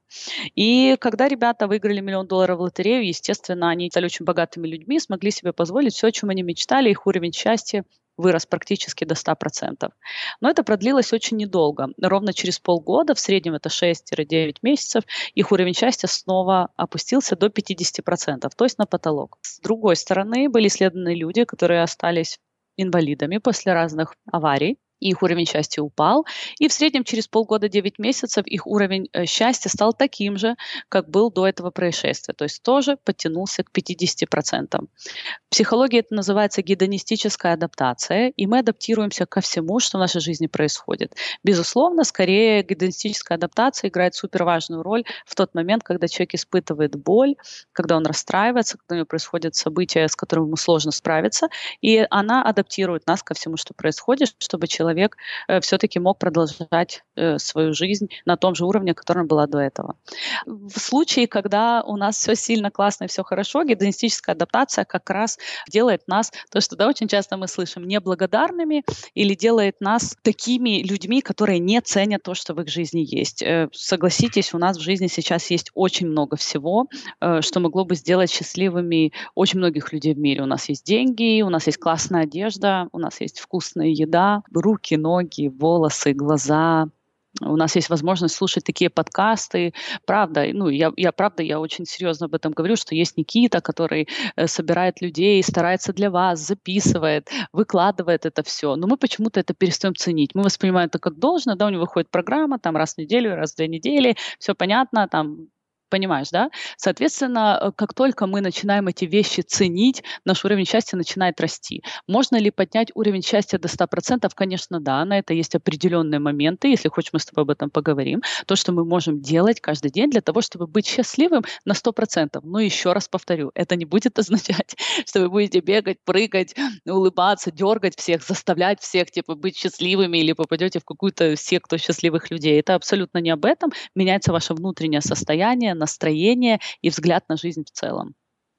И когда ребята выиграли миллион долларов в лотерею, естественно, они стали очень богатыми людьми, смогли себе позволить все, о чем они мечтали, их уровень счастья вырос практически до ста процентов. Но это продлилось очень недолго. Ровно через полгода, в среднем это шесть-девять месяцев, их уровень счастья снова опустился до пятидесяти процентов, то есть на потолок. С другой стороны, были исследованы люди, которые остались инвалидами после разных аварий, и их уровень счастья упал, и в среднем через полгода-девять месяцев их уровень э, счастья стал таким же, как был до этого происшествия, то есть тоже подтянулся к пятидесяти процентам. В психологии это называется гедонистическая адаптация, и мы адаптируемся ко всему, что в нашей жизни происходит. Безусловно, скорее гедонистическая адаптация играет суперважную роль в тот момент, когда человек испытывает боль, когда он расстраивается, когда у него происходят события, с которыми ему сложно справиться, и она адаптирует нас ко всему, что происходит, чтобы человек э, все-таки мог продолжать э, свою жизнь на том же уровне, которым была до этого. В случае, когда у нас все сильно классно и все хорошо, гедонистическая адаптация как раз делает нас, то, что да, очень часто мы слышим, неблагодарными или делает нас такими людьми, которые не ценят то, что в их жизни есть. Э, Согласитесь, у нас в жизни сейчас есть очень много всего, э, что могло бы сделать счастливыми очень многих людей в мире. У нас есть деньги, у нас есть классная одежда, у нас есть вкусная еда, руки, ноги, волосы, глаза. У нас есть возможность слушать такие подкасты. Правда, ну, я, я правда, я очень серьезно об этом говорю, что есть Никита, который э, собирает людей, старается для вас, записывает, выкладывает это все. Но мы почему-то это перестаем ценить. Мы воспринимаем это как должное, да, у него выходит программа, там раз в неделю, раз в две недели, все понятно, там, понимаешь, да? Соответственно, э, как только мы начинаем эти вещи ценить, наш уровень счастья начинает расти. Можно ли поднять уровень счастья до ста процентов? Конечно, да, на это есть определенные моменты. Если хочешь, мы с тобой об этом поговорим. То, что мы можем делать каждый день для того, чтобы быть счастливым на сто процентов. Но еще раз повторю, это не будет означать, что вы будете бегать, прыгать, улыбаться, дергать всех, заставлять всех типа быть счастливыми или попадете в какую-то секту счастливых людей. Это абсолютно не об этом. Меняется ваше внутреннее состояние, настроение и взгляд на жизнь в целом.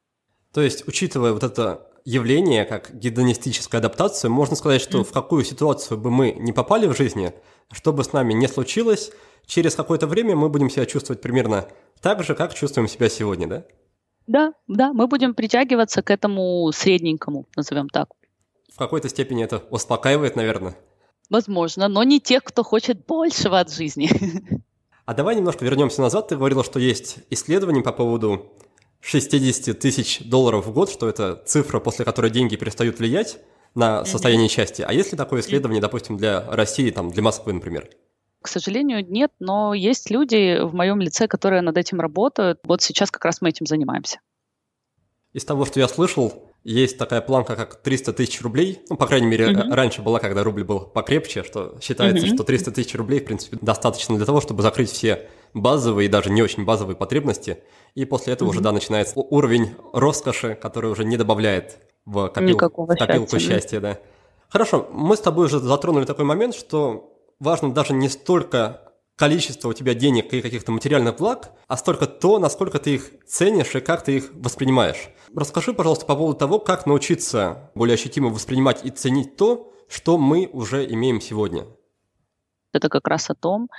То есть, учитывая вот это явление, как гедонистическая адаптация, можно сказать, что М. в какую ситуацию бы мы не попали в жизни, что бы с нами не случилось, через какое-то время мы будем себя чувствовать примерно так же, как чувствуем себя сегодня, да? Да, да, мы будем притягиваться к этому средненькому, назовем так. В какой-то степени это успокаивает, наверное. Возможно, но не тех, кто хочет большего от жизни. А давай немножко вернемся назад. Ты говорила, что есть исследования по поводу шестьдесят тысяч долларов в год, что это цифра, после которой деньги перестают влиять на состояние счастья. А есть ли такое исследование, допустим, для России, там, для Москвы, например? К сожалению, нет, но есть люди в моем лице, которые над этим работают. Вот сейчас как раз мы этим занимаемся. Из того, что я слышал, есть такая планка, как триста тысяч рублей. Ну, по крайней мере, Мгм. раньше была, когда рубль был покрепче, что считается, Мгм. что триста тысяч рублей, в принципе, достаточно для того, чтобы закрыть все базовые и даже не очень базовые потребности. И после этого уже, Мгм. да, начинается у- уровень роскоши, который уже не добавляет в, копил- Никакого в копилку счастья, да. счастья, да. Хорошо, мы с тобой уже затронули такой момент, что важно даже не столько количество у тебя денег и каких-то материальных благ, а столько то, насколько ты их ценишь и как ты их воспринимаешь. Расскажи, пожалуйста, по поводу того, как научиться более ощутимо воспринимать и ценить то, что мы уже имеем сегодня. Это как раз о том,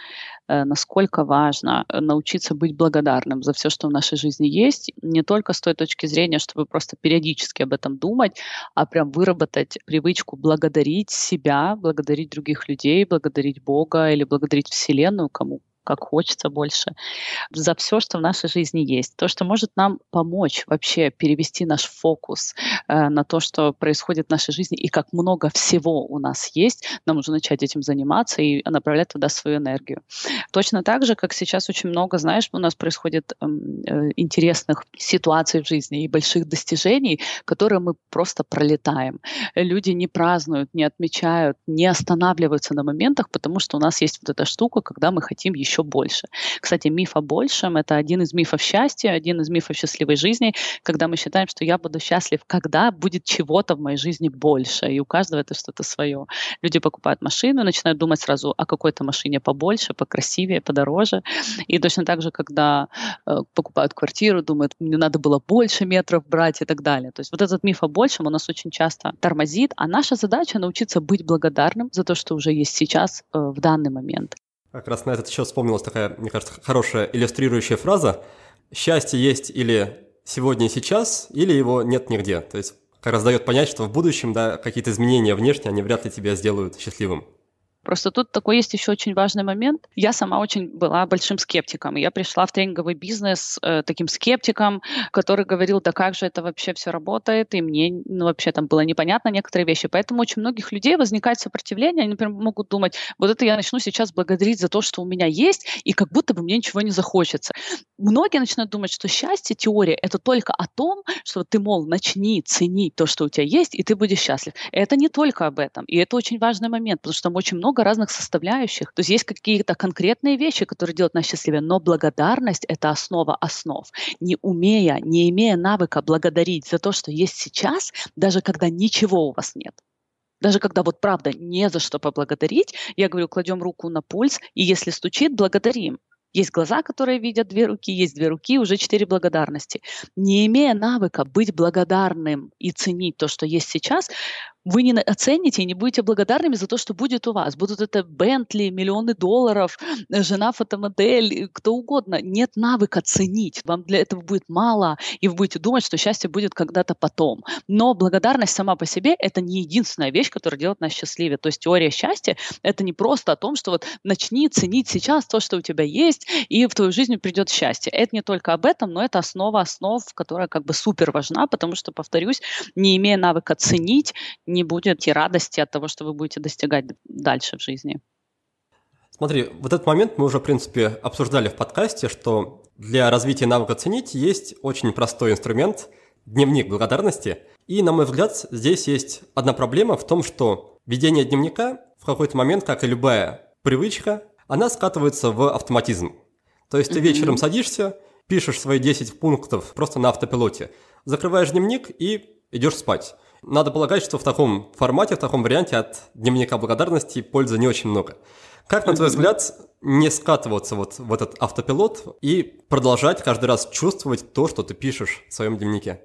э, насколько важно э, научиться быть благодарным за все, что в нашей жизни есть, не только с той точки зрения, чтобы просто периодически об этом думать, а прям выработать привычку благодарить себя, благодарить других людей, благодарить Бога или благодарить Вселенную, кому как хочется больше, за все, что в нашей жизни есть. То, что может нам помочь вообще перевести наш фокус э, на то, что происходит в нашей жизни и как много всего у нас есть, нам нужно начать этим заниматься и направлять туда свою энергию. Точно так же, как сейчас очень много, знаешь, у нас происходит э, э, интересных ситуаций в жизни и больших достижений, которые мы просто пролетаем. Люди не празднуют, не отмечают, не останавливаются на моментах, потому что у нас есть вот эта штука, когда мы хотим еще больше. Кстати, миф о большем — это один из мифов счастья, один из мифов счастливой жизни, когда мы считаем, что я буду счастлив, когда будет чего-то в моей жизни больше, и у каждого это что-то свое. Люди покупают машину, начинают думать сразу о какой-то машине побольше, покрасивее, подороже. И точно так же, когда э, покупают квартиру, думают, мне надо было больше метров брать и так далее. То есть вот этот миф о большем у нас очень часто тормозит, а наша задача — научиться быть благодарным за то, что уже есть сейчас, э, в данный момент. Как раз на этот счет вспомнилась такая, мне кажется, хорошая иллюстрирующая фраза. Счастье есть или сегодня и сейчас, или его нет нигде. То есть как раз дает понять, что в будущем, да, какие-то изменения внешние, они вряд ли тебя сделают счастливым. Просто тут такой есть еще очень важный момент. Я сама очень была большим скептиком. Я пришла в тренинговый бизнес э, таким скептиком, который говорил, да как же это вообще все работает, и мне ну, вообще там было непонятно некоторые вещи. Поэтому очень многих людей возникает сопротивление, они, например, могут думать, вот это я начну сейчас благодарить за то, что у меня есть, и как будто бы мне ничего не захочется. Многие начинают думать, что счастье, теория, это только о том, что ты, мол, начни ценить то, что у тебя есть, и ты будешь счастлив. Это не только об этом. И это очень важный момент, потому что там очень много разных составляющих. То есть есть какие-то конкретные вещи, которые делают нас счастливее, но благодарность — это основа основ. Не умея, не имея навыка благодарить за то, что есть сейчас, даже когда ничего у вас нет, даже когда вот правда не за что поблагодарить, я говорю, кладем руку на пульс, и если стучит, благодарим. Есть глаза, которые видят две руки, есть две руки, уже четыре благодарности. Не имея навыка быть благодарным и ценить то, что есть сейчас, вы не оцените и не будете благодарными за то, что будет у вас. Будут это Бентли, миллионы долларов, жена фотомодель, кто угодно. Нет навыка ценить. Вам для этого будет мало, и вы будете думать, что счастье будет когда-то потом. Но благодарность сама по себе — это не единственная вещь, которая делает нас счастливее. То есть теория счастья — это не просто о том, что вот начни ценить сейчас то, что у тебя есть, и в твою жизнь придет счастье. Это не только об этом, но это основа основ, которая как бы супер важна, потому что, повторюсь, не имея навыка ценить, не будет и радости от того, что вы будете достигать дальше в жизни. Смотри, вот этот момент мы уже, в принципе, обсуждали в подкасте, что для развития навыка ценить есть очень простой инструмент – дневник благодарности. И, на мой взгляд, здесь есть одна проблема в том, что ведение дневника в какой-то момент, как и любая привычка, она скатывается в автоматизм. То есть ты mm-hmm. вечером садишься, пишешь свои десять пунктов просто на автопилоте, закрываешь дневник и идешь спать. Надо полагать, что в таком формате, в таком варианте от дневника благодарности пользы не очень много. Как, на твой взгляд, не скатываться вот в этот автопилот и продолжать каждый раз чувствовать то, что ты пишешь в своем дневнике?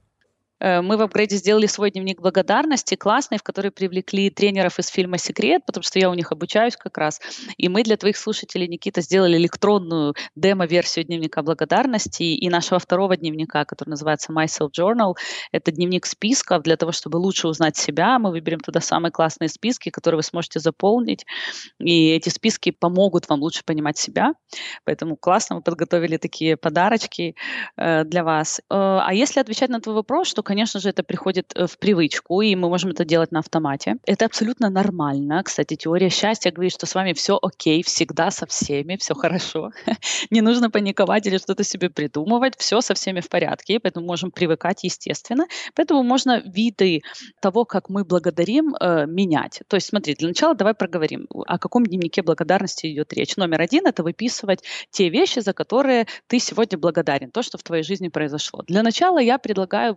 Мы в апгрейде сделали свой дневник благодарности, классный, в который привлекли тренеров из фильма «Секрет», потому что я у них обучаюсь как раз. И мы для твоих слушателей, Никита, сделали электронную демо-версию дневника благодарности и нашего второго дневника, который называется My Self Journal. Это дневник списков для того, чтобы лучше узнать себя. Мы выберем туда самые классные списки, которые вы сможете заполнить. И эти списки помогут вам лучше понимать себя. Поэтому классно, мы подготовили такие подарочки э, для вас. Э, а если отвечать на твой вопрос, что, конечно же, это приходит в привычку, и мы можем это делать на автомате. Это абсолютно нормально. Кстати, теория счастья говорит, что с вами все окей, всегда со всеми, все хорошо. Не нужно паниковать или что-то себе придумывать. Все со всеми в порядке, поэтому можем привыкать естественно. Поэтому можно виды того, как мы благодарим, э, менять. То есть, смотри, для начала давай проговорим, о каком дневнике благодарности идет речь. Номер один — это выписывать те вещи, за которые ты сегодня благодарен, то, что в твоей жизни произошло. Для начала я предлагаю выписывать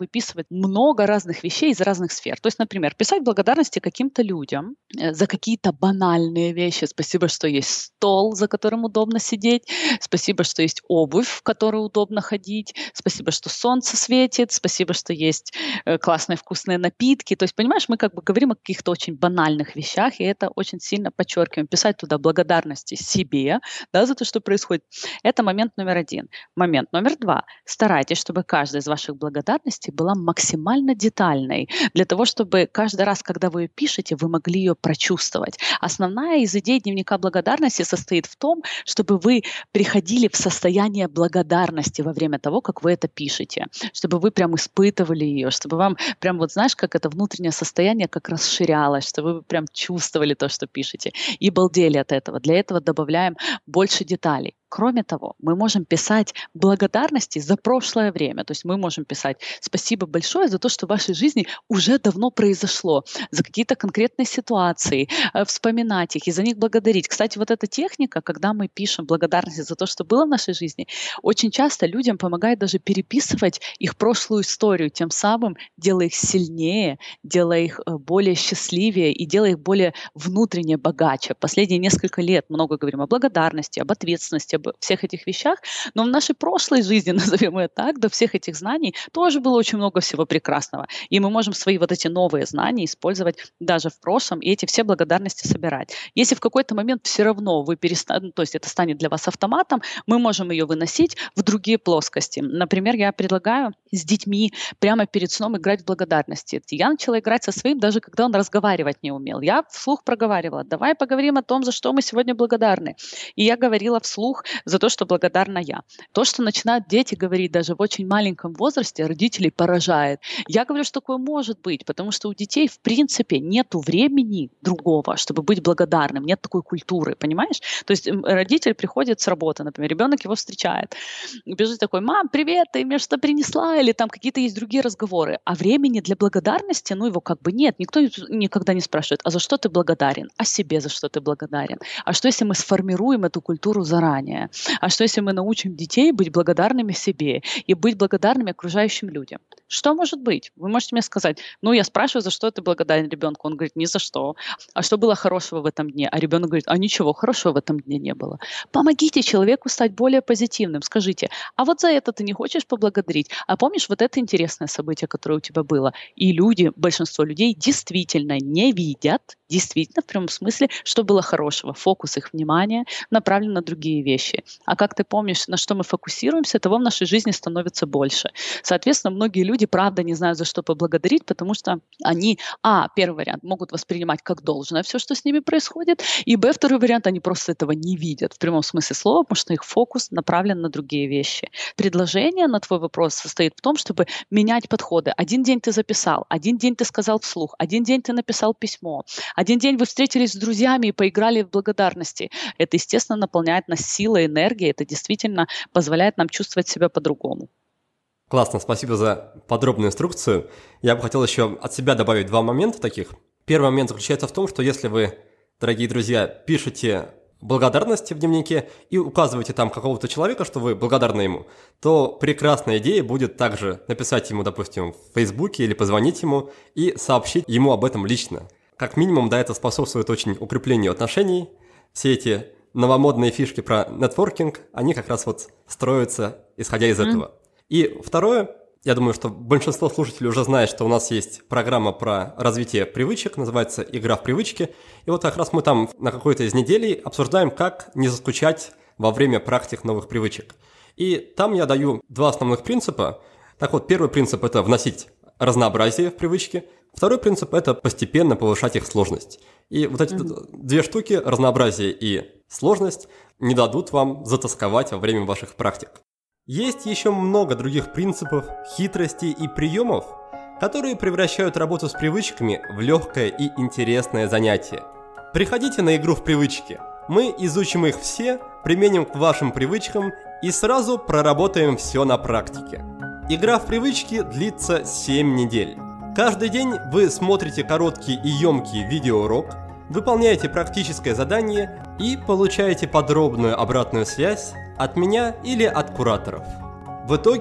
быть много разных вещей из разных сфер. То есть, например, писать благодарности каким-то людям за какие-то банальные вещи. Спасибо, что есть стол, за которым удобно сидеть. Спасибо, что есть обувь, в которой удобно ходить. Спасибо, что солнце светит. Спасибо, что есть классные вкусные напитки. То есть, понимаешь, мы как бы говорим о каких-то очень банальных вещах, и это очень сильно подчеркиваем. Писать туда благодарности себе, да, за то, что происходит. Это момент номер один. Момент номер два. Старайтесь, чтобы каждая из ваших благодарностей была максимально детальной, для того, чтобы каждый раз, когда вы ее пишете, вы могли ее прочувствовать. Основная из идей дневника благодарности состоит в том, чтобы вы приходили в состояние благодарности во время того, как вы это пишете, чтобы вы прям испытывали ее, чтобы вам прям вот знаешь, как это внутреннее состояние как расширялось, чтобы вы прям чувствовали то, что пишете, и балдели от этого. Для этого добавляем больше деталей. Кроме того, мы можем писать благодарности за прошлое время. То есть мы можем писать «Спасибо большое за то, что в вашей жизни уже давно произошло», за какие-то конкретные ситуации, вспоминать их и за них благодарить. Кстати, вот эта техника, когда мы пишем благодарности за то, что было в нашей жизни, очень часто людям помогает даже переписывать их прошлую историю, тем самым делая их сильнее, делая их более счастливее и делая их более внутренне богаче. Последние несколько лет много говорим о благодарности, об ответственности, об всех этих вещах, но в нашей прошлой жизни, назовем ее так, до всех этих знаний тоже было очень много всего прекрасного. И мы можем свои вот эти новые знания использовать даже в прошлом и эти все благодарности собирать. Если в какой-то момент все равно вы перестанете, ну, то есть это станет для вас автоматом, мы можем ее выносить в другие плоскости. Например, я предлагаю с детьми прямо перед сном играть в благодарности. Я начала играть со своим, даже когда он разговаривать не умел. Я вслух проговаривала: давай поговорим о том, за что мы сегодня благодарны. И я говорила вслух за то, что благодарна я. То, что начинают дети говорить даже в очень маленьком возрасте, родителей поражает. Я говорю, что такое может быть, потому что у детей в принципе нету времени другого, чтобы быть благодарным, нет такой культуры, понимаешь? То есть родитель приходит с работы, например, ребенок его встречает, бежит такой: мам, привет, ты мне что-то принесла? Или там какие-то есть другие разговоры. А времени для благодарности, ну его как бы нет. Никто никогда не спрашивает: а за что ты благодарен? А себе за что ты благодарен? А что, если мы сформируем эту культуру заранее? А что, если мы научим детей быть благодарными себе и быть благодарными окружающим людям? Что может быть? Вы можете мне сказать: ну, я спрашиваю, за что ты благодарен ребенку. Он говорит: ни за что. А что было хорошего в этом дне? А ребенок говорит: а ничего хорошего в этом дне не было. Помогите человеку стать более позитивным. Скажите: а вот за это ты не хочешь поблагодарить? А помнишь вот это интересное событие, которое у тебя было? И люди, большинство людей действительно не видят, действительно, в прямом смысле, что было хорошего. Фокус их внимания направлен на другие вещи. А как ты помнишь, на что мы фокусируемся, того в нашей жизни становится больше. Соответственно, многие люди, правда, не знают, за что поблагодарить, потому что они, а, первый вариант, могут воспринимать как должное все, что с ними происходит, и, б, второй вариант, они просто этого не видят в прямом смысле слова, потому что их фокус направлен на другие вещи. Предложение на твой вопрос состоит в том, чтобы менять подходы. Один день ты записал, один день ты сказал вслух, один день ты написал письмо, один день вы встретились с друзьями и поиграли в благодарности. Это, естественно, наполняет нас силой, энергией, это действительно позволяет нам чувствовать себя по-другому. Классно, спасибо за подробную инструкцию. Я бы хотел еще от себя добавить два момента таких. Первый момент заключается в том, что если вы, дорогие друзья, пишете благодарности в дневнике и указываете там какого-то человека, что вы благодарны ему, то прекрасная идея будет также написать ему, допустим, в Фейсбуке или позвонить ему и сообщить ему об этом лично. Как минимум, да, это способствует очень укреплению отношений. Все эти новомодные фишки про нетворкинг, они как раз вот строятся, исходя из mm. этого. И второе, я думаю, что большинство слушателей уже знает, что у нас есть программа про развитие привычек, называется «Игра в привычки». И вот как раз мы там на какой-то из недель обсуждаем, как не заскучать во время практик новых привычек. И там я даю два основных принципа. Так вот, первый принцип – это вносить разнообразие в привычки. Второй принцип – это постепенно повышать их сложность. И вот эти mm-hmm. две штуки, разнообразие и сложность, не дадут вам затасковать во время ваших практик. Есть еще много других принципов, хитростей и приемов, которые превращают работу с привычками в легкое и интересное занятие. Приходите на игру в привычки. Мы изучим их все, применим к вашим привычкам и сразу проработаем все на практике. Игра в привычки длится семь недель. Каждый день вы смотрите короткий и емкий видеоурок, выполняете практическое задание и получаете подробную обратную связь от меня или от кураторов. В итоге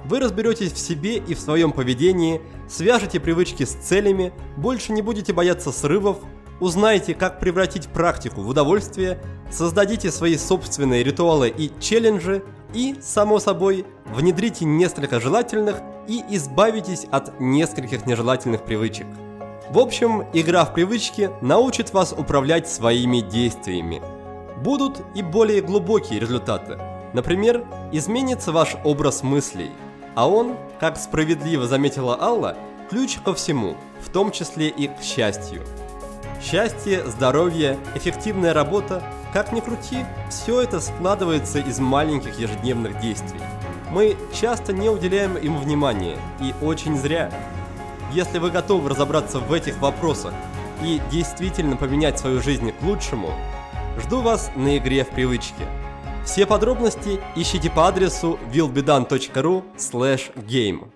Вы разберетесь в себе и в своем поведении, свяжете привычки с целями, больше не будете бояться срывов, узнаете, как превратить практику в удовольствие, создадите свои собственные ритуалы и челленджи и, само собой, внедрите несколько желательных и избавитесь от нескольких нежелательных привычек. В общем, игра в привычки научит вас управлять своими действиями. Будут и более глубокие результаты. Например, изменится ваш образ мыслей, а он, как справедливо заметила Алла, ключ ко всему, в том числе и к счастью. Счастье, здоровье, эффективная работа, как ни крути, все это складывается из маленьких ежедневных действий. Мы часто не уделяем им внимания, и очень зря. Если вы готовы разобраться в этих вопросах и действительно поменять свою жизнь к лучшему, жду вас на игре в привычки. Все подробности ищите по адресу willbedone точка ру слэш гейм.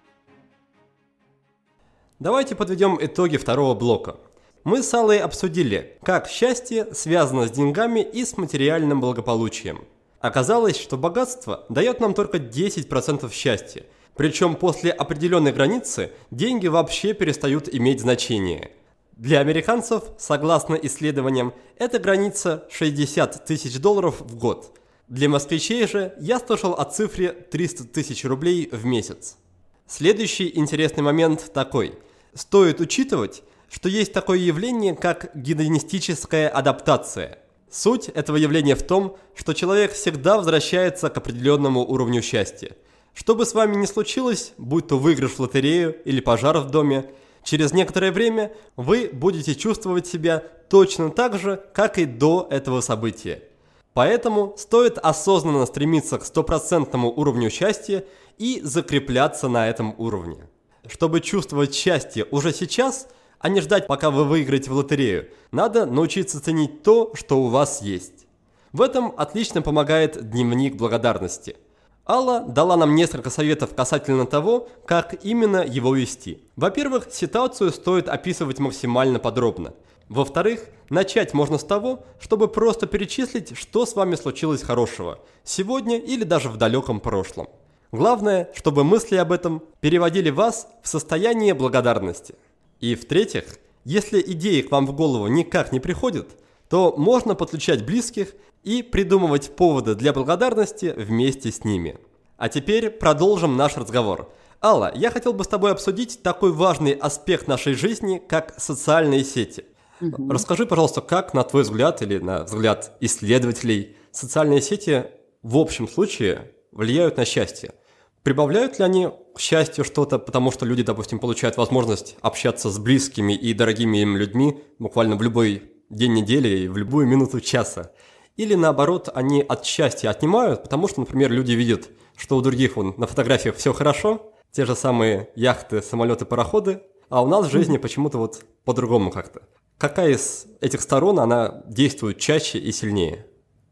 Давайте подведем итоги второго блока. Мы с Аллой обсудили, как счастье связано с деньгами и с материальным благополучием. Оказалось, что богатство дает нам только десять процентов счастья, причем после определенной границы деньги вообще перестают иметь значение. Для американцев, согласно исследованиям, эта граница шестьдесят тысяч долларов в год. Для москвичей же я слышал о цифре триста тысяч рублей в месяц. Следующий интересный момент такой. Стоит учитывать, что есть такое явление, как гедонистическая адаптация. Суть этого явления в том, что человек всегда возвращается к определенному уровню счастья. Что бы с вами ни случилось, будь то выигрыш в лотерею или пожар в доме, через некоторое время вы будете чувствовать себя точно так же, как и до этого события. Поэтому стоит осознанно стремиться к стопроцентному уровню счастья и закрепляться на этом уровне. Чтобы чувствовать счастье уже сейчас, а не ждать, пока вы выиграете в лотерею, надо научиться ценить то, что у вас есть. В этом отлично помогает дневник благодарности. Алла дала нам несколько советов касательно того, как именно его вести. Во-первых, ситуацию стоит описывать максимально подробно. Во-вторых, начать можно с того, чтобы просто перечислить, что с вами случилось хорошего сегодня или даже в далеком прошлом. Главное, чтобы мысли об этом переводили вас в состояние благодарности. И в-третьих, если идеи к вам в голову никак не приходят, то можно подключать близких и придумывать поводы для благодарности вместе с ними. А теперь продолжим наш разговор. Алла, я хотел бы с тобой обсудить такой важный аспект нашей жизни, как социальные сети. Угу. Расскажи, пожалуйста, как, на твой взгляд или на взгляд исследователей, социальные сети в общем случае влияют на счастье? Прибавляют ли они к счастью что-то, потому что люди, допустим, получают возможность общаться с близкими и дорогими им людьми буквально в любой день недели и в любую минуту часа? Или наоборот, они от счастья отнимают, потому что, например, люди видят, что у других вон, на фотографиях все хорошо, те же самые яхты, самолеты, пароходы, а у нас в жизни почему-то вот по-другому как-то. Какая из этих сторон, она действует чаще и сильнее?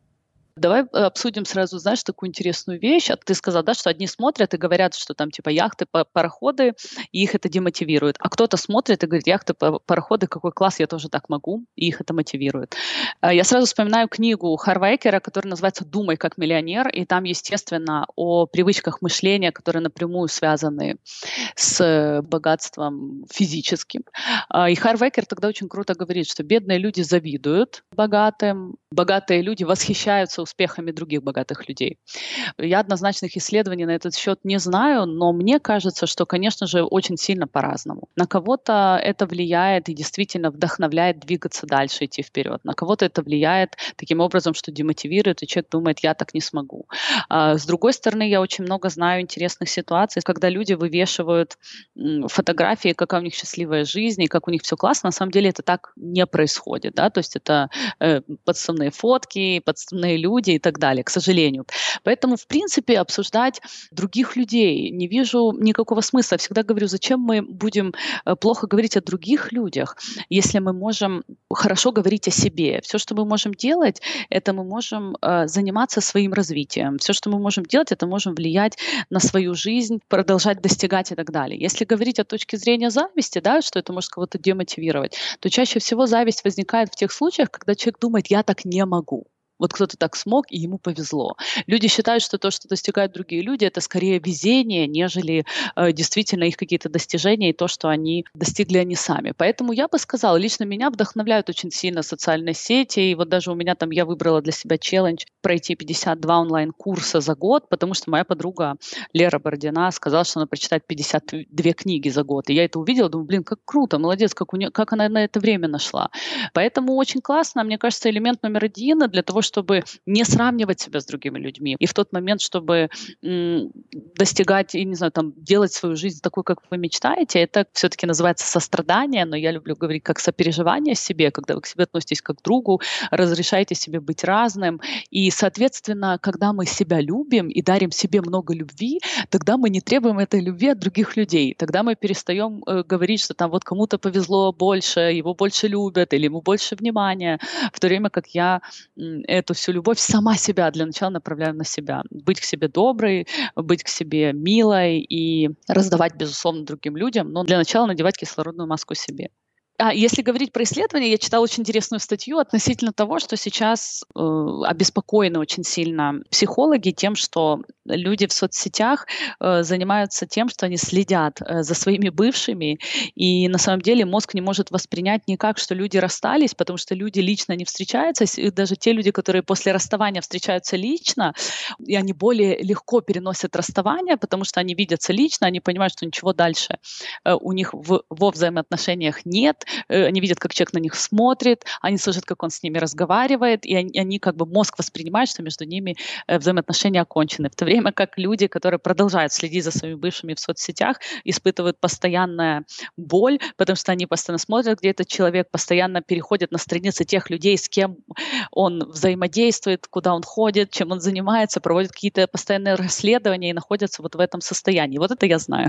Давай обсудим сразу, знаешь, такую интересную вещь. А ты сказал, да, что одни смотрят и говорят, что там типа яхты, пароходы, и их это демотивирует. А кто-то смотрит и говорит, яхты, пароходы, какой класс, я тоже так могу, и их это мотивирует. Я сразу вспоминаю книгу Харва Экера, которая называется «Думай как миллионер», и там, естественно, о привычках мышления, которые напрямую связаны с богатством физическим. И Харва Экер тогда очень круто говорит, что бедные люди завидуют богатым, богатые люди восхищаются успехами других богатых людей. Я однозначных исследований на этот счет не знаю, но мне кажется, что, конечно же, очень сильно по-разному. На кого-то это влияет и действительно вдохновляет двигаться дальше, идти вперед. На кого-то это влияет таким образом, что демотивирует, и человек думает, я так не смогу. А с другой стороны, я очень много знаю интересных ситуаций, когда люди вывешивают фотографии, какая у них счастливая жизнь, и как у них все классно. На самом деле это так не происходит. Да? То есть это э, подставные фотки, подставные люди, люди и так далее, к сожалению. Поэтому, в принципе, обсуждать других людей не вижу никакого смысла. Я всегда говорю, зачем мы будем плохо говорить о других людях, если мы можем хорошо говорить о себе. Все, что мы можем делать, это мы можем э, заниматься своим развитием. Все, что мы можем делать, это можем влиять на свою жизнь, продолжать достигать и так далее. Если говорить о точке зрения зависти, да, что это может кого-то демотивировать, то чаще всего зависть возникает в тех случаях, когда человек думает, я так не могу. вот кто-то так смог, и ему повезло. Люди считают, что то, что достигают другие люди, это скорее везение, нежели э, действительно их какие-то достижения и то, что они достигли они сами. Поэтому я бы сказала, лично меня вдохновляют очень сильно социальные сети, и вот даже у меня там, я выбрала для себя челлендж пройти пятьдесят два онлайн-курса за год, потому что моя подруга Лера Бородина сказала, что она прочитает пятьдесят две книги за год. И я это увидела, думаю, блин, как круто, молодец, как, у нее, как она на это время нашла. Поэтому очень классно, мне кажется, элемент номер один для того, чтобы не сравнивать себя с другими людьми. И в тот момент, чтобы м, достигать, и, не знаю, там, делать свою жизнь такой, как вы мечтаете, это все-таки называется сострадание, но я люблю говорить как сопереживание себе, когда вы к себе относитесь как к другу, разрешаете себе быть разным. И, соответственно, когда мы себя любим и дарим себе много любви, тогда мы не требуем этой любви от других людей. Тогда мы перестаем э, говорить, что там вот кому-то повезло больше, его больше любят или ему больше внимания, в то время как я м, эту всю любовь сама себя для начала направляю на себя. Быть к себе доброй, быть к себе милой и раздавать, безусловно, другим людям, но для начала надевать кислородную маску себе. А если говорить про исследования, я читала очень интересную статью относительно того, что сейчас э, обеспокоены очень сильно психологи тем, что люди в соцсетях э, занимаются тем, что они следят э, за своими бывшими, и на самом деле мозг не может воспринять никак, что люди расстались, потому что люди лично не встречаются, и даже те люди, которые после расставания встречаются лично, и они более легко переносят расставание, потому что они видятся лично, они понимают, что ничего дальше э, у них в, во взаимоотношениях нет, они видят, как человек на них смотрит, они слышат, как он с ними разговаривает, и они, они как бы мозг воспринимает, что между ними взаимоотношения окончены. В то время как люди, которые продолжают следить за своими бывшими в соцсетях, испытывают постоянную боль, потому что они постоянно смотрят, где этот человек, постоянно переходят на страницы тех людей, с кем он взаимодействует, куда он ходит, чем он занимается, проводят какие-то постоянные расследования и находятся вот в этом состоянии. Вот это я знаю.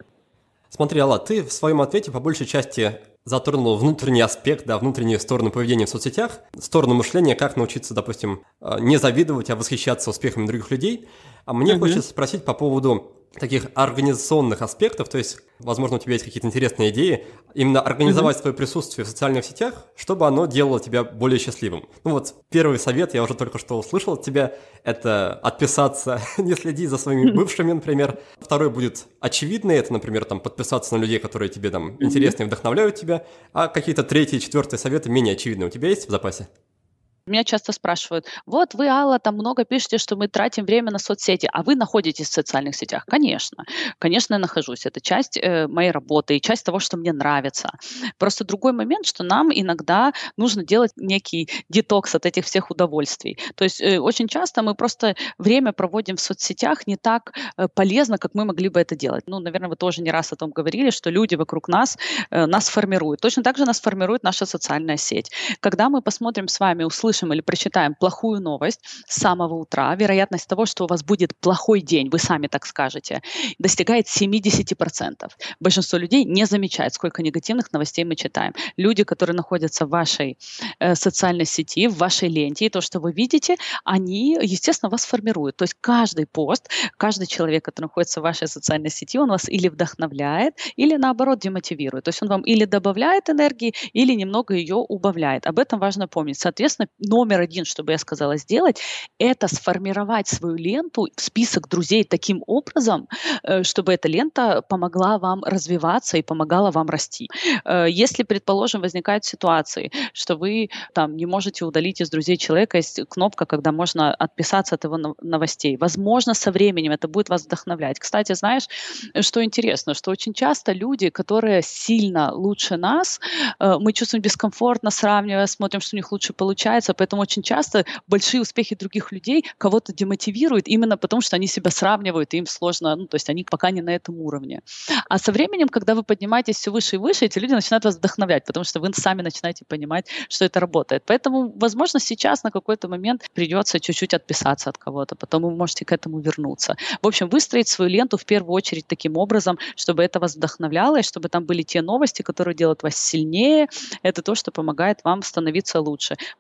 Смотри, Алла, ты в своем ответе по большей части затронул внутренний аспект, да, внутреннюю сторону поведения в соцсетях, сторону мышления, как научиться, допустим, не завидовать, а восхищаться успехами других людей. А мне mm-hmm. хочется спросить по поводу таких организационных аспектов, то есть, возможно, у тебя есть какие-то интересные идеи, именно организовать mm-hmm. свое присутствие в социальных сетях, чтобы оно делало тебя более счастливым. Ну вот, первый совет, я уже только что услышал от тебя, это отписаться, не следи за своими бывшими, например. Второй будет очевидный, это, например, там, подписаться на людей, которые тебе там интересны и вдохновляют тебя, а какие-то третий, четвертый советы менее очевидные у тебя есть в запасе? Меня часто спрашивают, вот вы, Алла, там много пишете, что мы тратим время на соцсети, а вы находитесь в социальных сетях? Конечно, конечно, я нахожусь. Это часть э, моей работы и часть того, что мне нравится. Просто другой момент, что нам иногда нужно делать некий детокс от этих всех удовольствий. То есть э, очень часто мы просто время проводим в соцсетях не так э, полезно, как мы могли бы это делать. Ну, наверное, вы тоже не раз о том говорили, что люди вокруг нас э, нас формируют. Точно так же нас формирует наша социальная сеть. Когда мы посмотрим с вами, услышим или прочитаем плохую новость с самого утра, вероятность того, что у вас будет плохой день, вы сами так скажете, достигает семьдесят процентов. Большинство людей не замечает, сколько негативных новостей мы читаем. Люди, которые находятся в вашей э, социальной сети, в вашей ленте, и то, что вы видите, они, естественно, вас формируют. То есть каждый пост, каждый человек, который находится в вашей социальной сети, он вас или вдохновляет, или наоборот демотивирует. То есть он вам или добавляет энергии, или немного ее убавляет. Об этом важно помнить. Соответственно, номер один, что бы я сказала сделать, это сформировать свою ленту, список друзей таким образом, чтобы эта лента помогла вам развиваться и помогала вам расти. Если, предположим, возникают ситуации, что вы там не можете удалить из друзей человека, есть кнопка, когда можно отписаться от его новостей. Возможно, со временем это будет вас вдохновлять. Кстати, знаешь, что интересно, что очень часто люди, которые сильно лучше нас, мы чувствуем дискомфортно, сравнивая, смотрим, что у них лучше получается, поэтому очень часто большие успехи других людей кого-то демотивируют именно потому, что они себя сравнивают, и им сложно, ну, то есть они пока не на этом уровне. А со временем, когда вы поднимаетесь все выше и выше, эти люди начинают вас вдохновлять, потому что вы сами начинаете понимать, что это работает. Поэтому, возможно, сейчас на какой-то момент придется чуть-чуть отписаться от кого-то, потом вы можете к этому вернуться. В общем, выстроить свою ленту в первую очередь таким образом, чтобы это вас вдохновляло, и чтобы там были те новости, которые делают вас сильнее. Это то, что помогает вам становиться лучше. Момент номер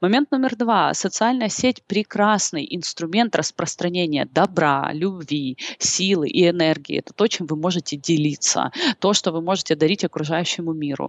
номер два. Социальная сеть– прекрасный инструмент распространения добра, любви, силы и энергии. Это то, чем вы можете делиться, то, что вы можете дарить окружающему миру.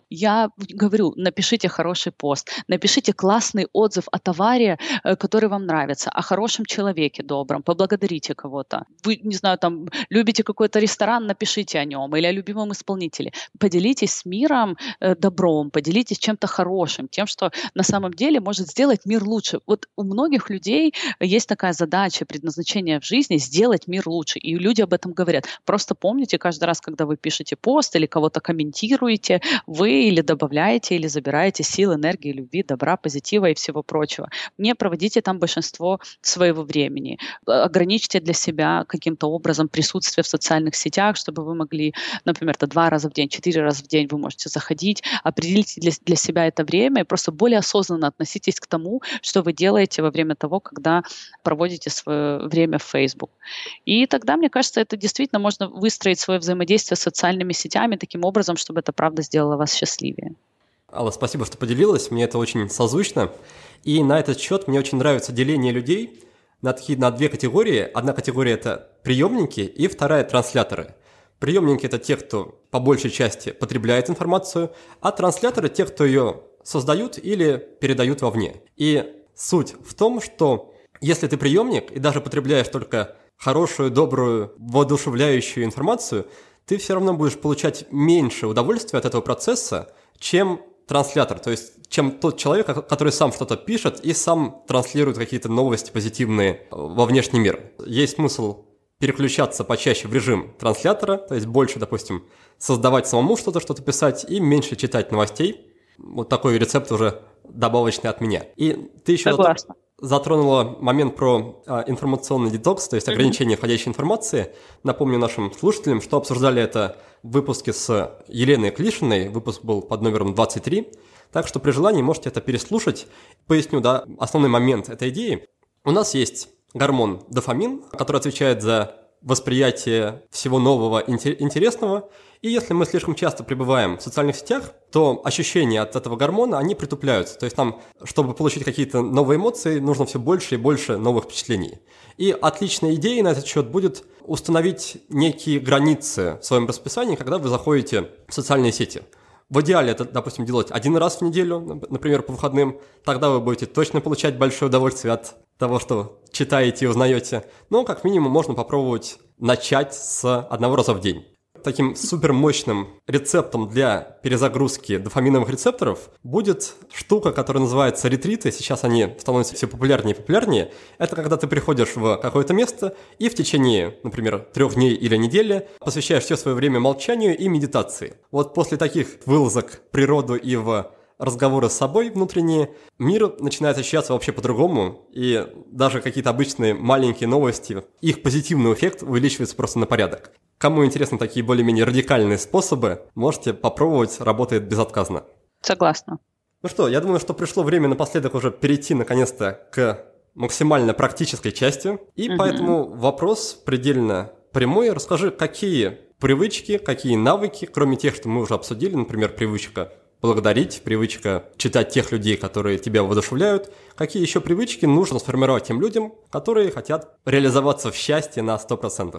Я говорю, напишите хороший пост, напишите классный отзыв о товаре, э, который вам нравится, о хорошем человеке добром, поблагодарите кого-то. Вы, не знаю, там, любите какой-то ресторан, напишите о нем, или о любимом исполнителе. Поделитесь с миром э, добром, поделитесь чем-то хорошим, тем, что на самом деле может сделать мир лучше. Вот у многих людей есть такая задача, предназначение в жизни — сделать мир лучше, и люди об этом говорят. Просто помните, каждый раз, когда вы пишете пост или кого-то комментируете, вы или добавляете, или забираете сил, энергии, любви, добра, позитива и всего прочего. Не проводите там большинство своего времени. Ограничьте для себя каким-то образом присутствие в социальных сетях, чтобы вы могли, например, это два раза в день, четыре раза в день вы можете заходить, определите для, для себя это время и просто более осознанно относитесь к тому, что вы делаете во время того, когда проводите свое время в Facebook. И тогда, мне кажется, это действительно можно выстроить свое взаимодействие с социальными сетями таким образом, чтобы это правда сделало вас счастливее. Алла, спасибо, что поделилась, мне это очень созвучно. И на этот счет мне очень нравится деление людей на, такие, на две категории. Одна категория – это приемники, и вторая – трансляторы. Приемники – это те, кто по большей части потребляет информацию, а трансляторы – те, кто ее создают или передают вовне. И суть в том, что если ты приемник и даже потребляешь только хорошую, добрую, воодушевляющую информацию, ты все равно будешь получать меньше удовольствия от этого процесса, чем транслятор, то есть чем тот человек, который сам что-то пишет и сам транслирует какие-то новости позитивные во внешний мир. Есть смысл переключаться почаще в режим транслятора, то есть больше, допустим, создавать самому что-то, что-то писать и меньше читать новостей. Вот такой рецепт уже добавочный от меня. И ты еще Согласна. затронула момент про а, информационный детокс, то есть ограничение входящей информации. Напомню нашим слушателям, что обсуждали это в выпуске с Еленой Клишиной. Выпуск был под номером двадцать три. Так что при желании можете это переслушать. Поясню, да, основной момент этой идеи. У нас есть гормон дофамин, который отвечает за восприятие всего нового, интересного. И если мы слишком часто пребываем в социальных сетях, то ощущения от этого гормона, они притупляются. То есть нам, чтобы получить какие-то новые эмоции, нужно все больше и больше новых впечатлений. И отличной идеей на этот счет будет установить некие границы в своем расписании, когда вы заходите в социальные сети. В идеале это, допустим, делать один раз в неделю, например, по выходным. Тогда вы будете точно получать большое удовольствие от того, что читаете и узнаете. Но, как минимум, можно попробовать начать с одного раза в день. Таким супермощным рецептом для перезагрузки дофаминовых рецепторов будет штука, которая называется ретриты. Сейчас они становятся все популярнее и популярнее. Это когда ты приходишь в какое-то место и в течение, например, трех дней или недели посвящаешь все свое время молчанию и медитации. Вот после таких вылазок в природу и в разговоры с собой внутренние, мир начинает ощущаться вообще по-другому, и даже какие-то обычные маленькие новости, их позитивный эффект увеличивается просто на порядок. Кому интересны такие более-менее радикальные способы, можете попробовать, работает безотказно. Согласна. Ну что, я думаю, что пришло время напоследок уже перейти наконец-то к максимально практической части, и угу. поэтому вопрос предельно прямой. Расскажи, какие привычки, какие навыки, кроме тех, что мы уже обсудили, например, привычка благодарить, привычка читать тех людей, которые тебя воодушевляют. Какие еще привычки нужно сформировать тем людям, которые хотят реализоваться в счастье на сто процентов?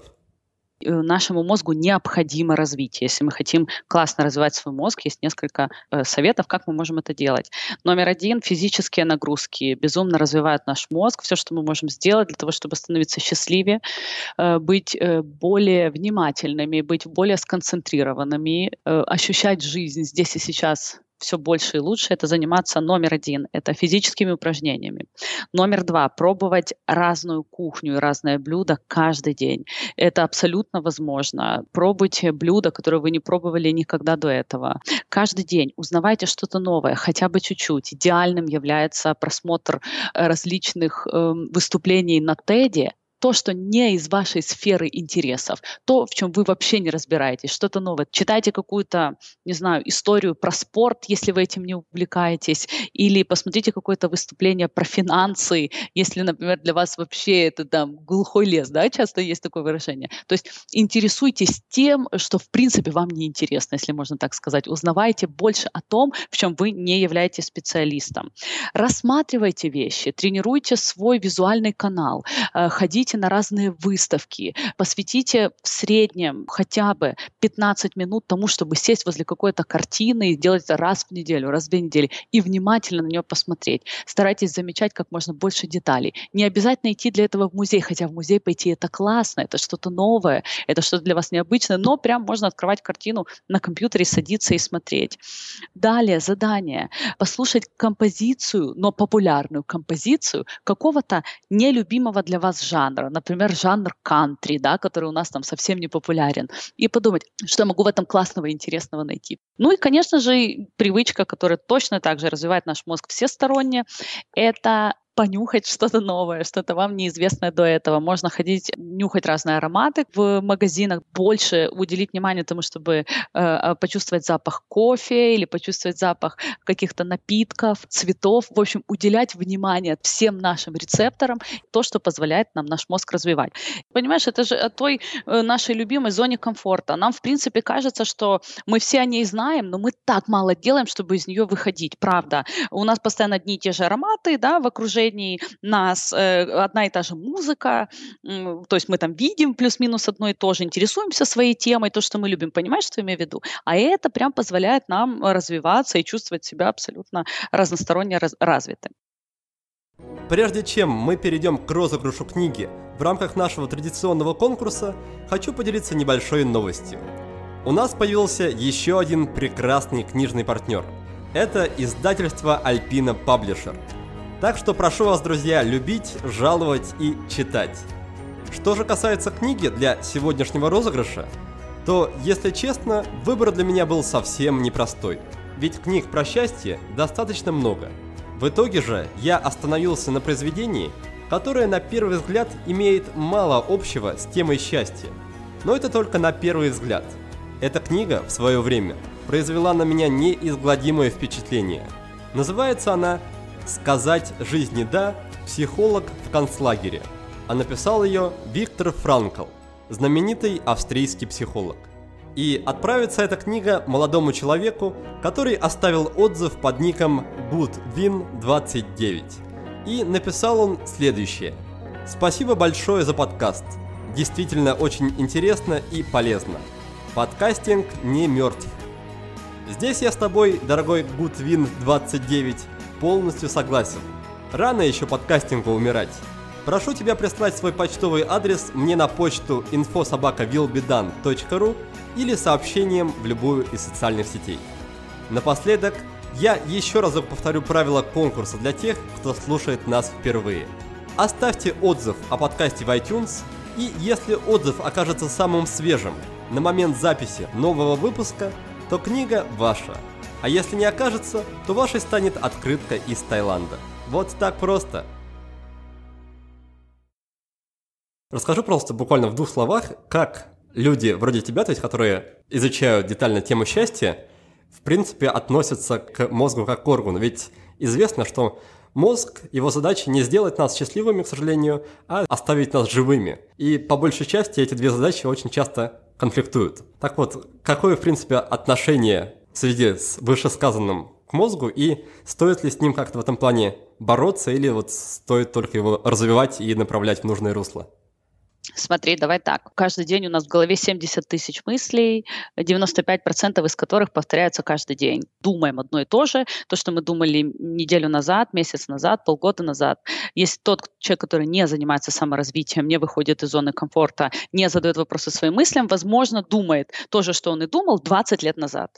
Нашему мозгу необходимо развитие. Если мы хотим классно развивать свой мозг, есть несколько э, советов, как мы можем это делать. Номер один – физические нагрузки безумно развивают наш мозг. Все, что мы можем сделать для того, чтобы становиться счастливее, э, быть э, более внимательными, быть более сконцентрированными, э, ощущать жизнь здесь и сейчас все больше и лучше, это заниматься номер один, это физическими упражнениями. Номер два, пробовать разную кухню и разные блюда каждый день. Это абсолютно возможно. Пробуйте блюда, которые вы не пробовали никогда до этого. Каждый день узнавайте что-то новое, хотя бы чуть-чуть. Идеальным является просмотр различных э, выступлений на теде, то, что не из вашей сферы интересов, то, в чем вы вообще не разбираетесь, что-то новое. Читайте какую-то, не знаю, историю про спорт, если вы этим не увлекаетесь, или посмотрите какое-то выступление про финансы, если, например, для вас вообще это там глухой лес, да, часто есть такое выражение. То есть интересуйтесь тем, что в принципе вам не интересно, если можно так сказать. Узнавайте больше о том, в чем вы не являетесь специалистом. Рассматривайте вещи, тренируйте свой визуальный канал, э, ходите на разные выставки, посвятите в среднем хотя бы пятнадцать минут тому, чтобы сесть возле какой-то картины и делать это раз в неделю, раз в две недели и внимательно на нее посмотреть. Старайтесь замечать как можно больше деталей. Не обязательно идти для этого в музей, хотя в музей пойти это классно, это что-то новое, это что-то для вас необычное, но прям можно открывать картину на компьютере, садиться и смотреть. Далее задание. Послушать композицию, но популярную композицию какого-то нелюбимого для вас жанра, например, жанр кантри, да, который у нас там совсем не популярен, и подумать, что я могу в этом классного и интересного найти. Ну и, конечно же, привычка, которая точно так же развивает наш мозг всесторонне, это понюхать что-то новое, что-то вам неизвестное до этого. Можно ходить, нюхать разные ароматы в магазинах, больше уделить внимание тому, чтобы э, почувствовать запах кофе или почувствовать запах каких-то напитков, цветов. В общем, уделять внимание всем нашим рецепторам, то, что позволяет нам наш мозг развивать. Понимаешь, это же о той э, нашей любимой зоне комфорта. Нам, в принципе, кажется, что мы все о ней знаем, но мы так мало делаем, чтобы из нее выходить. Правда. У нас постоянно одни и те же ароматы, да, в окружении нас, э, одна и та же музыка, э, то есть мы там видим плюс-минус одно и то же, интересуемся своей темой, то, что мы любим, понимаешь, что я имею в виду? А это прям позволяет нам развиваться и чувствовать себя абсолютно разносторонне раз- развитым. Прежде чем мы перейдем к розыгрышу книги в рамках нашего традиционного конкурса, хочу поделиться небольшой новостью. У нас появился еще один прекрасный книжный партнер. Это издательство Alpina Publisher. Так что прошу вас, друзья, любить, жаловать и читать. Что же касается книги для сегодняшнего розыгрыша, то, если честно, выбор для меня был совсем непростой. Ведь книг про счастье достаточно много. В итоге же я остановился на произведении, которое на первый взгляд имеет мало общего с темой счастья. Но это только на первый взгляд. Эта книга в свое время произвела на меня неизгладимое впечатление. Называется она «Сказать жизни да. Психолог в концлагере», а написал ее Виктор Франкл, знаменитый австрийский психолог. И отправится эта книга молодому человеку, который оставил отзыв под ником Будвин двадцать девять. И написал он следующее: «Спасибо большое за подкаст. Действительно очень интересно и полезно. Подкастинг не мертв». Здесь я с тобой, дорогой Будвин двадцать девять, полностью согласен. Рано еще подкастингу умирать. Прошу тебя прислать свой почтовый адрес мне на почту инфо собака вилбидан точка ру или сообщением в любую из социальных сетей. Напоследок, я еще разок повторю правила конкурса для тех, кто слушает нас впервые. Оставьте отзыв о подкасте в iTunes, и если отзыв окажется самым свежим на момент записи нового выпуска, то книга ваша. А если не окажется, то вашей станет открытка из Таиланда. Вот так просто. Расскажи просто буквально в двух словах, как люди вроде тебя, то есть которые изучают детально тему счастья, в принципе относятся к мозгу как к органу. Ведь известно, что мозг, его задача не сделать нас счастливыми, к сожалению, а оставить нас живыми. И по большей части эти две задачи очень часто конфликтуют. Так вот, какое в принципе отношение в связи с вышесказанным к мозгу, и стоит ли с ним как-то в этом плане бороться, или вот стоит только его развивать и направлять в нужное русло? Смотри, давай так. Каждый день у нас в голове семьдесят тысяч мыслей, девяносто пять процентов из которых повторяются каждый день. Думаем одно и то же, то, что мы думали неделю назад, месяц назад, полгода назад. Если тот человек, который не занимается саморазвитием, не выходит из зоны комфорта, не задает вопросы своим мыслям, возможно, думает то же, что он и думал двадцать лет назад.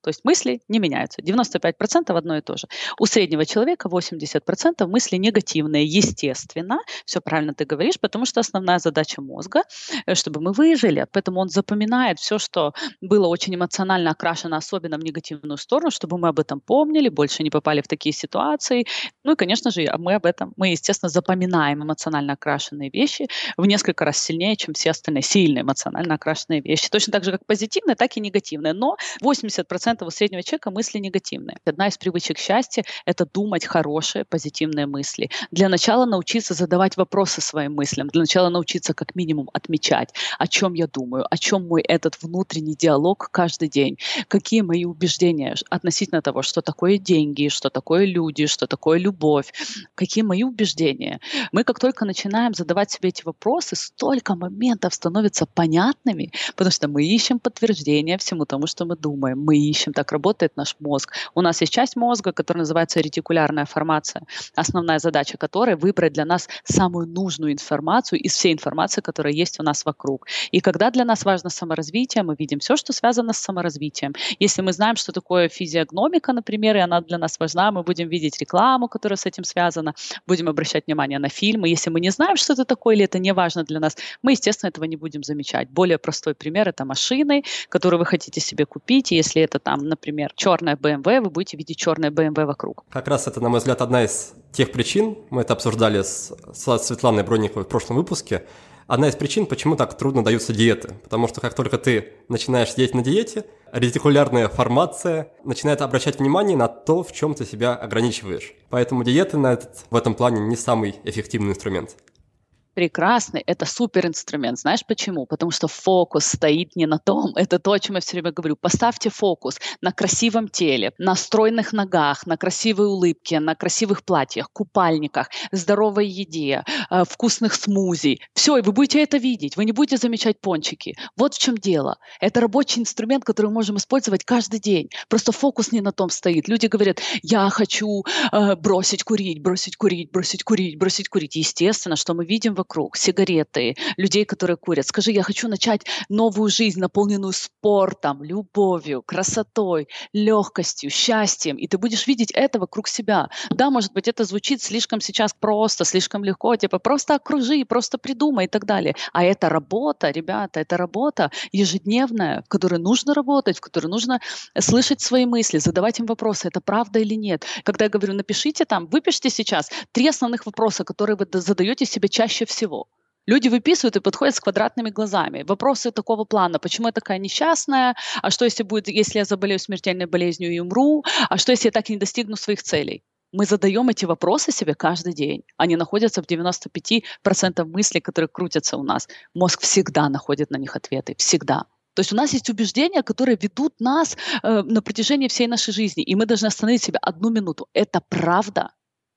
То есть мысли не меняются. девяносто пять процентов одно и то же. У среднего человека восемьдесят процентов мысли негативные. Естественно, все правильно ты говоришь, потому что основная задача мозга, э, чтобы мы выжили. Поэтому он запоминает все, что было очень эмоционально окрашено, особенно в негативную сторону, чтобы мы об этом помнили, больше не попали в такие ситуации. Ну и, конечно же, а мы об этом, мы, естественно, запоминаем эмоционально окрашенные вещи в несколько раз сильнее, чем все остальные сильные эмоционально окрашенные вещи. Точно так же, как позитивные, так и негативные. Но восемьдесят процентов у среднего человека мысли негативные. Одна из привычек счастья– это думать хорошие, позитивные мысли. Для начала научиться задавать вопросы своим мыслям. Для начала научиться как минимум отмечать, о чем я думаю, о чем мой этот внутренний диалог каждый день, какие мои убеждения относительно того, что такое деньги, что такое люди, что такое любовь, какие мои убеждения. Мы как только начинаем задавать себе эти вопросы, столько моментов становятся понятными, потому что мы ищем подтверждение всему тому, что мы думаем. Мы ищем, так работает наш мозг. У нас есть часть мозга, которая называется ретикулярная формация, основная задача которой выбрать для нас самую нужную информацию из всей информации, которая есть у нас вокруг. И когда для нас важно саморазвитие, мы видим все, что связано с саморазвитием. Если мы знаем, что такое физиогномика, например, и она для нас важна, мы будем видеть рекламу, которая с этим связана, будем обращать внимание на фильмы. Если мы не знаем, что это такое, или это не важно для нас, мы, естественно, этого не будем замечать. Более простой пример– это машины, которые вы хотите себе купить. И если это там, например, черная бэ эм вэ, вы будете видеть черное бэ эм вэ вокруг. Как раз это, на мой взгляд, одна из тех причин, мы это обсуждали с, с Светланой Бронниковой в прошлом выпуске, одна из причин, почему так трудно даются диеты. Потому что как только ты начинаешь сидеть на диете, ретикулярная формация начинает обращать внимание на то, в чем ты себя ограничиваешь. Поэтому диеты на этот, в этом плане не самый эффективный инструмент. Прекрасный, это суперинструмент. Знаешь почему? Потому что фокус стоит не на том. Это то, о чем я все время говорю. Поставьте фокус на красивом теле, на стройных ногах, на красивой улыбке, на красивых платьях, купальниках, здоровой еде, э, вкусных смузи. Все, и вы будете это видеть. Вы не будете замечать пончики. Вот в чем дело. Это рабочий инструмент, который мы можем использовать каждый день. Просто фокус не на том стоит. Люди говорят, я хочу э, бросить курить, бросить курить, бросить курить, бросить курить. Естественно, что мы видим вокруг, сигареты, людей, которые курят. Скажи, я хочу начать новую жизнь, наполненную спортом, любовью, красотой, легкостью, счастьем, и ты будешь видеть это вокруг себя. Да, может быть, это звучит слишком сейчас просто, слишком легко, типа просто окружи, просто придумай и так далее. А это работа, ребята, это работа ежедневная, в которой нужно работать, в которой нужно слышать свои мысли, задавать им вопросы, это правда или нет. Когда я говорю, напишите там, выпишите сейчас три основных вопроса, которые вы задаете себе чаще всего. Люди выписывают и подходят с квадратными глазами. Вопросы такого плана. Почему я такая несчастная? А что, если будет, если я заболею смертельной болезнью и умру? А что, если я так и не достигну своих целей? Мы задаем эти вопросы себе каждый день. Они находятся в девяноста пяти процентах мыслей, которые крутятся у нас. Мозг всегда находит на них ответы. Всегда. То есть у нас есть убеждения, которые ведут нас э, на протяжении всей нашей жизни. И мы должны остановить себя одну минуту. Это правда?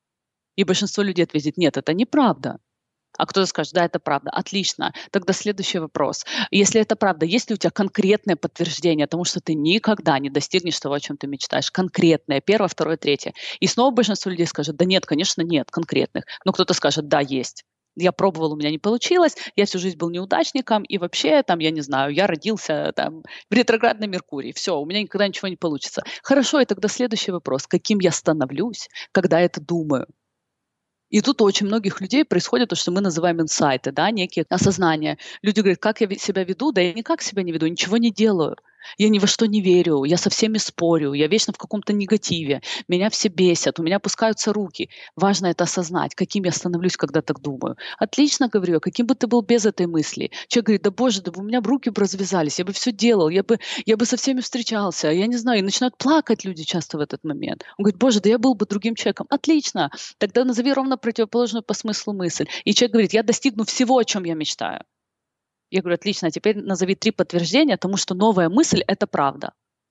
И большинство людей ответит, нет, это неправда. А кто-то скажет, да, это правда. Отлично. Тогда следующий вопрос. Если это правда, есть ли у тебя конкретное подтверждение тому, что ты никогда не достигнешь того, о чем ты мечтаешь? Конкретное. Первое, второе, третье. И снова большинство людей скажет, да нет, конечно, нет конкретных. Но кто-то скажет, да, есть. Я пробовал, у меня не получилось, я всю жизнь был неудачником, и вообще, там, я не знаю, я родился там, в ретроградном Меркурии. Все, у меня никогда ничего не получится. Хорошо, и тогда следующий вопрос. Каким я становлюсь, когда это думаю? И тут у очень многих людей происходит то, что мы называем инсайты, да, некие осознания. Люди говорят, как я себя веду? Да я никак себя не веду, ничего не делаю. Я ни во что не верю, я со всеми спорю, я вечно в каком-то негативе, меня все бесят, у меня опускаются руки. Важно это осознать, каким я становлюсь, когда так думаю. Отлично, говорю, каким бы ты был без этой мысли? Человек говорит, да боже, да бы у меня бы руки бы развязались, я бы все делал, я бы, я бы со всеми встречался, я не знаю, и начинают плакать люди часто в этот момент. Он говорит, боже, да я был бы другим человеком. Отлично, тогда назови ровно противоположную по смыслу мысль. И человек говорит, я достигну всего, о чем я мечтаю. Я говорю, отлично, а теперь назови три подтверждения тому, что новая мысль – это правда.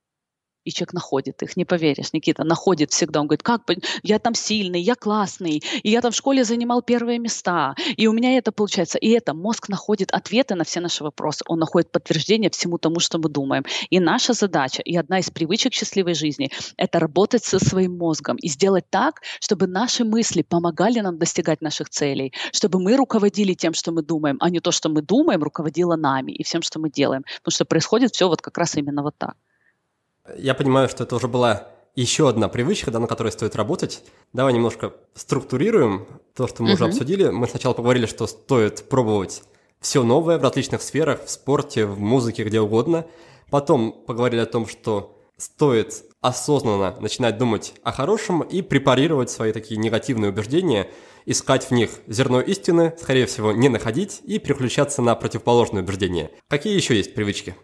И человек находит их, не поверишь, Никита, находит всегда. Он говорит, как я там сильный, я классный, и я там в школе занимал первые места, и у меня это получается. И это мозг находит ответы на все наши вопросы, он находит подтверждение всему тому, что мы думаем. И наша задача, и одна из привычек счастливой жизни – это работать со своим мозгом и сделать так, чтобы наши мысли помогали нам достигать наших целей, чтобы мы руководили тем, что мы думаем, а не то, что мы думаем, руководило нами и всем, что мы делаем. Потому что происходит все вот как раз именно вот так. Я понимаю, что это уже была еще одна привычка, да, на которой стоит работать. Давай немножко структурируем то, что мы uh-huh. уже обсудили. Мы сначала поговорили, что стоит пробовать все новое в различных сферах, в спорте, в музыке, где угодно. Потом поговорили о том, что стоит осознанно начинать думать о хорошем и препарировать свои такие негативные убеждения, искать в них зерно истины, скорее всего, не находить и переключаться на противоположные убеждения. Какие еще есть привычки?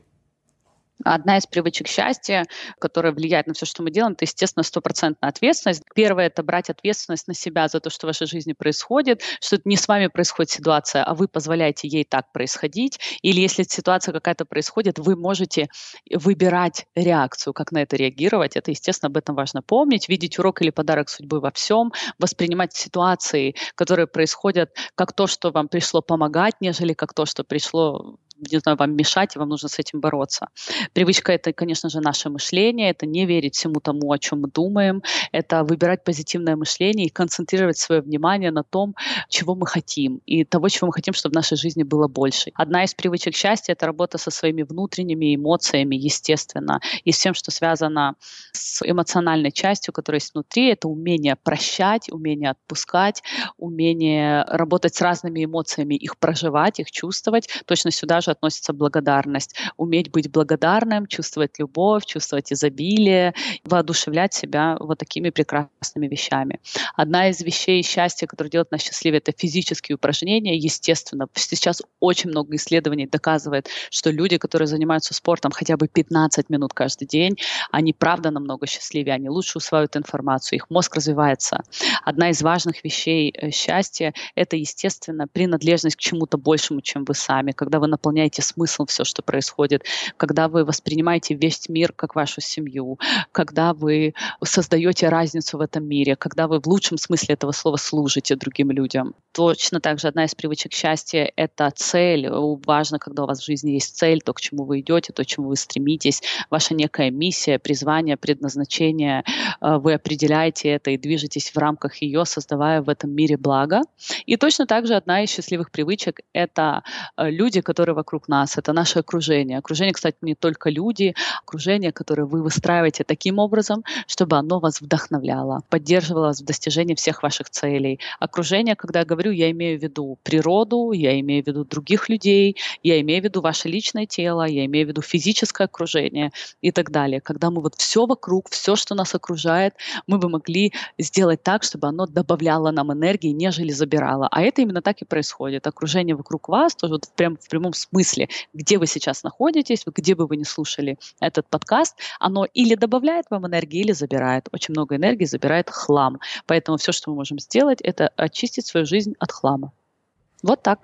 Одна из привычек счастья, которая влияет на все, что мы делаем, это, естественно, стопроцентная ответственность. Первое – это брать ответственность на себя за то, что в вашей жизни происходит, что это не с вами происходит ситуация, а вы позволяете ей так происходить. Или если ситуация какая-то происходит, вы можете выбирать реакцию, как на это реагировать. Это, естественно, об этом важно помнить, видеть урок или подарок судьбы во всем, воспринимать ситуации, которые происходят, как то, что вам пришло помогать, нежели как то, что пришло, не знаю, вам мешать, и вам нужно с этим бороться. Привычка – это, конечно же, наше мышление, это не верить всему тому, о чем мы думаем, это выбирать позитивное мышление и концентрировать свое внимание на том, чего мы хотим, и того, чего мы хотим, чтобы в нашей жизни было больше. Одна из привычек счастья – это работа со своими внутренними эмоциями, естественно, и с тем, что связано с эмоциональной частью, которая есть внутри, это умение прощать, умение отпускать, умение работать с разными эмоциями, их проживать, их чувствовать. Точно сюда же относится благодарность. Уметь быть благодарным, чувствовать любовь, чувствовать изобилие, воодушевлять себя вот такими прекрасными вещами. Одна из вещей счастья, которая делает нас счастливее, это физические упражнения. Естественно, сейчас очень много исследований доказывает, что люди, которые занимаются спортом хотя бы пятнадцать минут каждый день, они правда намного счастливее, они лучше усваивают информацию, их мозг развивается. Одна из важных вещей счастья – это, естественно, принадлежность к чему-то большему, чем вы сами, когда вы наполняете смыслом все, что происходит, когда вы воспринимаете весь мир как вашу семью, когда вы создаете разницу в этом мире, когда вы в лучшем смысле этого слова служите другим людям. Точно так же одна из привычек счастья – это цель. Важно, когда у вас в жизни есть цель, то, к чему вы идете, то, к чему вы стремитесь, ваша некая миссия, призвание, предназначение. Вы определяете это и движетесь в рамках ее, создавая в этом мире благо. И точно так же одна из счастливых привычек – это люди, которые вокруг нас, это наше окружение. Окружение, кстати, не только люди, окружение, которое вы выстраиваете таким образом, чтобы оно вас вдохновляло, поддерживало вас в достижении всех ваших целей. Окружение, когда я говорю, я имею в виду природу, я имею в виду других людей, я имею в виду ваше личное тело, я имею в виду физическое окружение и так далее. Когда мы вот все вокруг, все, что нас окружает, мы бы могли сделать так, чтобы оно добавляло нам энергии, нежели забирало. А это именно так и происходит. Окружение вокруг вас, тоже вот прям в прямом смысле, где вы сейчас находитесь, где бы вы ни слушали этот подкаст, оно или добавляет вам энергии, или забирает. Очень много энергии забирает хлам. Поэтому все, что мы можем сделать, это очистить свою жизнь от хлама. Вот так.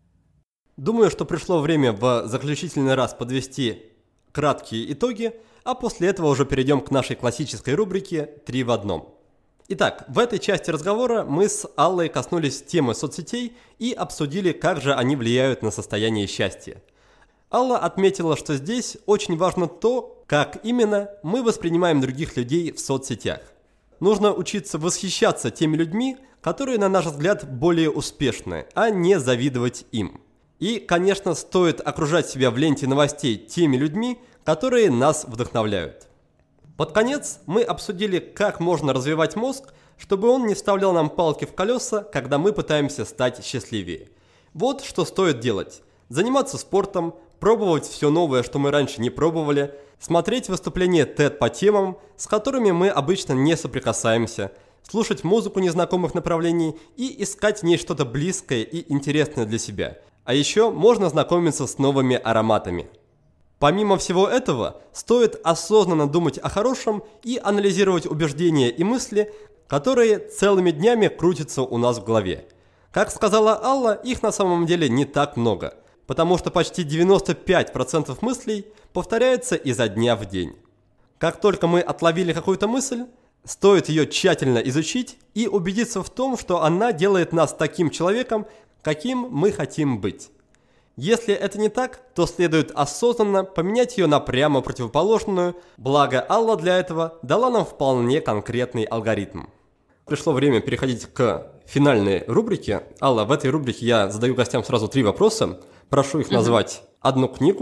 Думаю, что пришло время в заключительный раз подвести краткие итоги, а после этого уже перейдем к нашей классической рубрике «Три в одном». Итак, в этой части разговора мы с Аллой коснулись темы соцсетей и обсудили, как же они влияют на состояние счастья. Алла отметила, что здесь очень важно то, как именно мы воспринимаем других людей в соцсетях. Нужно учиться восхищаться теми людьми, которые, на наш взгляд, более успешны, а не завидовать им. И, конечно, стоит окружать себя в ленте новостей теми людьми, которые нас вдохновляют. Под конец мы обсудили, как можно развивать мозг, чтобы он не вставлял нам палки в колеса, когда мы пытаемся стать счастливее. Вот что стоит делать. Заниматься спортом, пробовать все новое, что мы раньше не пробовали, смотреть выступления тед по темам, с которыми мы обычно не соприкасаемся, слушать музыку незнакомых направлений и искать в ней что-то близкое и интересное для себя. А еще можно знакомиться с новыми ароматами. Помимо всего этого, стоит осознанно думать о хорошем и анализировать убеждения и мысли, которые целыми днями крутятся у нас в голове. Как сказала Алла, их на самом деле не так много, потому что почти девяносто пять процентов мыслей повторяются изо дня в день. Как только мы отловили какую-то мысль, стоит ее тщательно изучить и убедиться в том, что она делает нас таким человеком, каким мы хотим быть. Если это не так, то следует осознанно поменять ее на прямо противоположную, благо Алла для этого дала нам вполне конкретный алгоритм. Пришло время переходить к финальной рубрике. Алла, в этой рубрике я задаю гостям сразу три вопроса. Прошу их назвать одну книгу,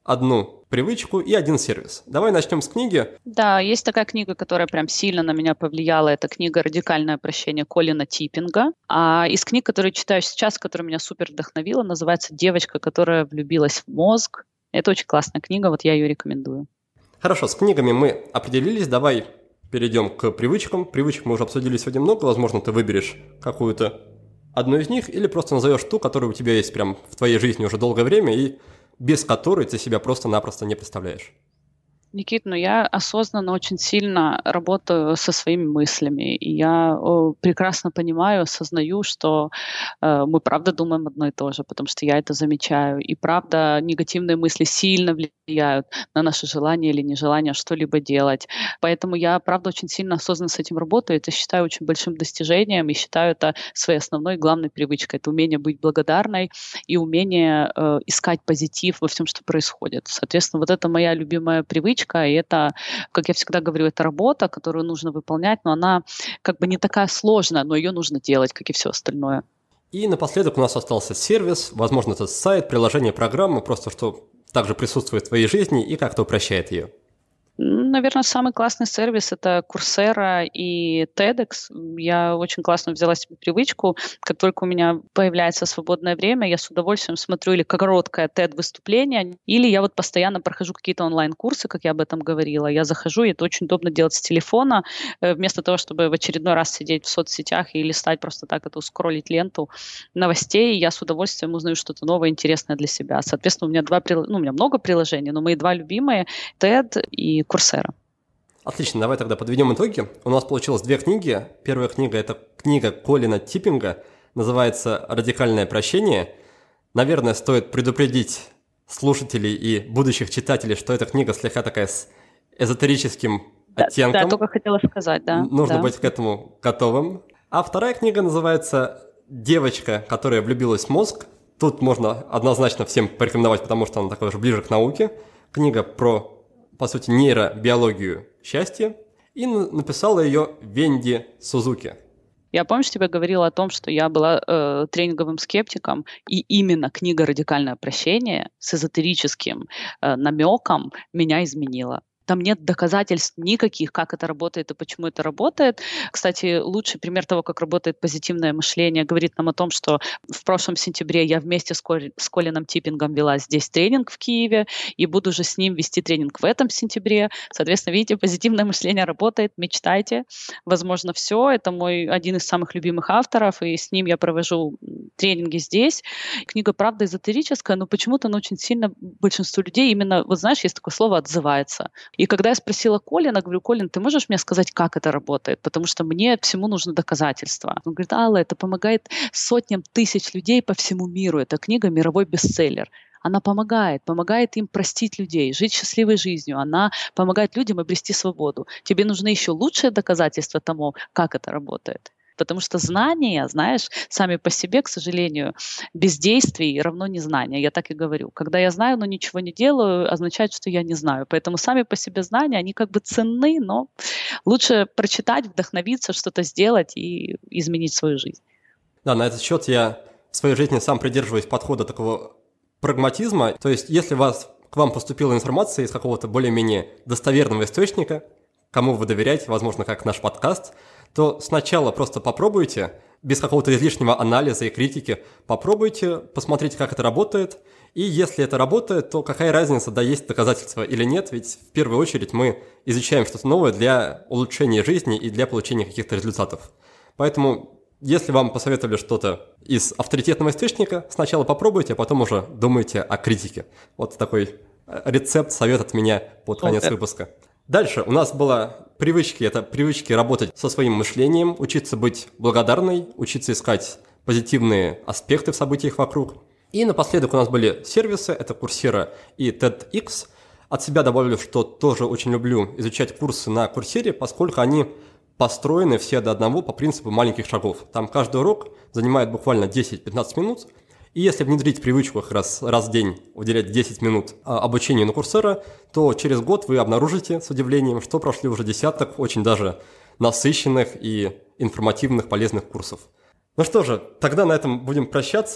одну привычку и один сервис. Давай начнем с книги. Да, есть такая книга, которая прям сильно на меня повлияла. Это книга «Радикальное прощение» Колина Типпинга. А из книг, которые читаю сейчас, которая меня супер вдохновила, называется «Девочка, которая влюбилась в мозг». Это очень классная книга, вот я ее рекомендую. Хорошо, с книгами мы определились. Давай перейдем к привычкам. Привычек мы уже обсудили сегодня много. Возможно, ты выберешь какую-то одну из них или просто назовешь ту, которая у тебя есть прям в твоей жизни уже долгое время и без которой ты себя просто-напросто не представляешь. Никит, ну я осознанно очень сильно работаю со своими мыслями, и я о, прекрасно понимаю, осознаю, что э, мы правда думаем одно и то же, потому что я это замечаю, и правда негативные мысли сильно влияют на наше желание или нежелание что-либо делать, поэтому я правда очень сильно осознанно с этим работаю, это считаю очень большим достижением, и считаю это своей основной главной привычкой, это умение быть благодарной и умение э, искать позитив во всем, что происходит. Соответственно, вот это моя любимая привычка, и это, как я всегда говорю, это работа, которую нужно выполнять, но она как бы не такая сложная, но ее нужно делать, как и все остальное. И напоследок у нас остался сервис, возможно, это сайт, приложение, программа, просто что также присутствует в твоей жизни и как-то упрощает ее. Наверное, самый классный сервис – это Coursera и TEDx. Я очень классно взяла себе привычку. Как только у меня появляется свободное время, я с удовольствием смотрю или короткое TED-выступление, или я вот постоянно прохожу какие-то онлайн-курсы, как я об этом говорила. Я захожу, и это очень удобно делать с телефона, вместо того, чтобы в очередной раз сидеть в соцсетях и листать просто так эту, скроллить ленту новостей. Я с удовольствием узнаю что-то новое, интересное для себя. Соответственно, у меня два, ну, у меня много приложений, но мои два любимые – TED и Coursera. Отлично, давай тогда подведем итоги. У нас получилось две книги. Первая книга – это книга Колина Типпинга, называется «Радикальное прощение». Наверное, стоит предупредить слушателей и будущих читателей, что эта книга слегка такая с эзотерическим да, оттенком. Да, только хотела сказать, да. Нужно да. быть к этому готовым. А вторая книга называется «Девочка, которая влюбилась в мозг». Тут можно однозначно всем порекомендовать, потому что она такая уже ближе к науке. Книга про, по сути, нейробиологию счастья, и написала ее Венди Сузуки. Я, помнишь, тебе говорила о том, что я была э, тренинговым скептиком, и именно книга «Радикальное прощение» с эзотерическим э, намеком меня изменила. Там нет доказательств никаких, как это работает и почему это работает. Кстати, лучший пример того, как работает позитивное мышление, говорит нам о том, что в прошлом сентябре я вместе с, Коль, с Колином Типпингом вела здесь тренинг в Киеве, и буду же с ним вести тренинг в этом сентябре. Соответственно, видите, позитивное мышление работает, мечтайте. Возможно, все. Это мой один из самых любимых авторов, и с ним я провожу тренинги здесь. Книга, правда, эзотерическая, но почему-то она очень сильно большинству людей именно, вот знаешь, есть такое слово «отзывается». И когда я спросила Колина, говорю: Колин, ты можешь мне сказать, как это работает? Потому что мне всему нужно доказательства. Он говорит: Алла, это помогает сотням тысяч людей по всему миру. Эта книга мировой бестселлер. Она помогает, помогает им простить людей, жить счастливой жизнью. Она помогает людям обрести свободу. Тебе нужны еще лучшие доказательства тому, как это работает. Потому что знания, знаешь, сами по себе, к сожалению, бездействие равно незнание. Я так и говорю. Когда я знаю, но ничего не делаю, означает, что я не знаю. Поэтому сами по себе знания, они как бы ценны, но лучше прочитать, вдохновиться, что-то сделать и изменить свою жизнь. Да, на этот счет я в своей жизни сам придерживаюсь подхода такого прагматизма. То есть, если вас, к вам поступила информация из какого-то более-менее достоверного источника, кому вы доверяете, возможно, как наш подкаст, то сначала просто попробуйте, без какого-то излишнего анализа и критики, попробуйте, посмотрите, как это работает, и если это работает, то какая разница, да, есть доказательства или нет, ведь в первую очередь мы изучаем что-то новое для улучшения жизни и для получения каких-то результатов. Поэтому, если вам посоветовали что-то из авторитетного источника, сначала попробуйте, а потом уже думайте о критике. Вот такой рецепт, совет от меня под конец Супер. выпуска. Дальше у нас была привычки, это привычки работать со своим мышлением, учиться быть благодарной, учиться искать позитивные аспекты в событиях вокруг. И напоследок у нас были сервисы, это Coursera и TEDx. От себя добавлю, что тоже очень люблю изучать курсы на Coursera, поскольку они построены все до одного по принципу маленьких шагов. Там каждый урок занимает буквально десять-пятнадцать минут. И если внедрить привычку как раз раз в день уделять десять минут обучению на Coursera, то через год вы обнаружите с удивлением, что прошли уже десяток очень даже насыщенных и информативных, полезных курсов. Ну что же, тогда на этом будем прощаться. Мы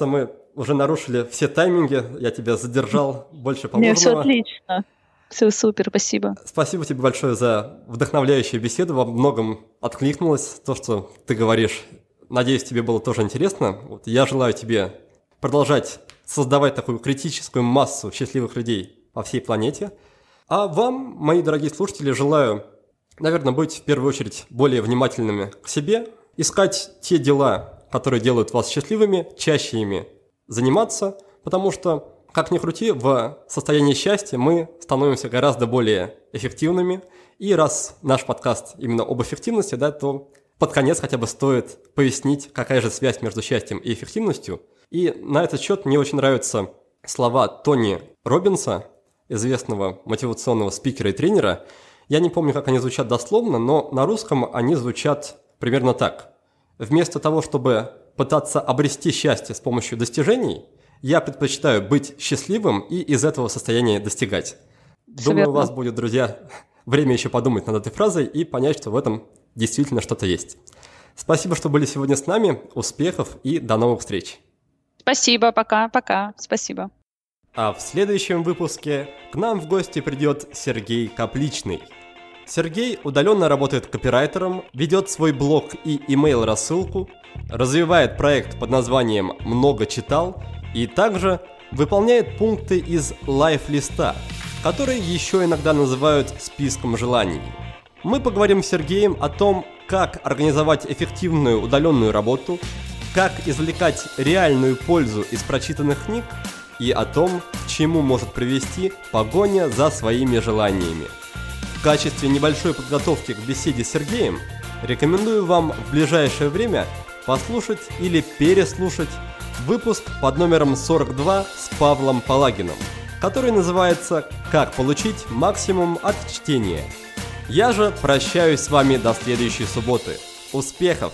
уже нарушили все тайминги, я тебя задержал больше положенного. Нет, все отлично. Все супер, спасибо. Спасибо тебе большое за вдохновляющую беседу. Во многом откликнулось то, что ты говоришь. Надеюсь, тебе было тоже интересно. Вот я желаю тебе продолжать создавать такую критическую массу счастливых людей по всей планете. А вам, мои дорогие слушатели, желаю, наверное, быть в первую очередь более внимательными к себе, искать те дела, которые делают вас счастливыми, чаще ими заниматься, потому что, как ни крути, в состоянии счастья мы становимся гораздо более эффективными. И раз наш подкаст именно об эффективности, да, то под конец хотя бы стоит пояснить, какая же связь между счастьем и эффективностью. И на этот счет мне очень нравятся слова Тони Роббинса, известного мотивационного спикера и тренера. Я не помню, как они звучат дословно, но на русском они звучат примерно так. Вместо того, чтобы пытаться обрести счастье с помощью достижений, я предпочитаю быть счастливым и из этого состояния достигать. Все Думаю, верно. у вас будет, друзья, время еще подумать над этой фразой и понять, что в этом действительно что-то есть. Спасибо, что были сегодня с нами. Успехов и до новых встреч. Спасибо, пока-пока. Спасибо. А в следующем выпуске к нам в гости придет Сергей Капличный. Сергей удаленно работает копирайтером, ведет свой блог и имейл-рассылку, развивает проект под названием «Много читал» и также выполняет пункты из лайф-листа, которые еще иногда называют списком желаний. Мы поговорим с Сергеем о том, как организовать эффективную удаленную работу, как извлекать реальную пользу из прочитанных книг и о том, к чему может привести погоня за своими желаниями. В качестве небольшой подготовки к беседе с Сергеем рекомендую вам в ближайшее время послушать или переслушать выпуск под номером сорок два с Павлом Палагиным, который называется «Как получить максимум от чтения». Я же прощаюсь с вами до следующей субботы. Успехов!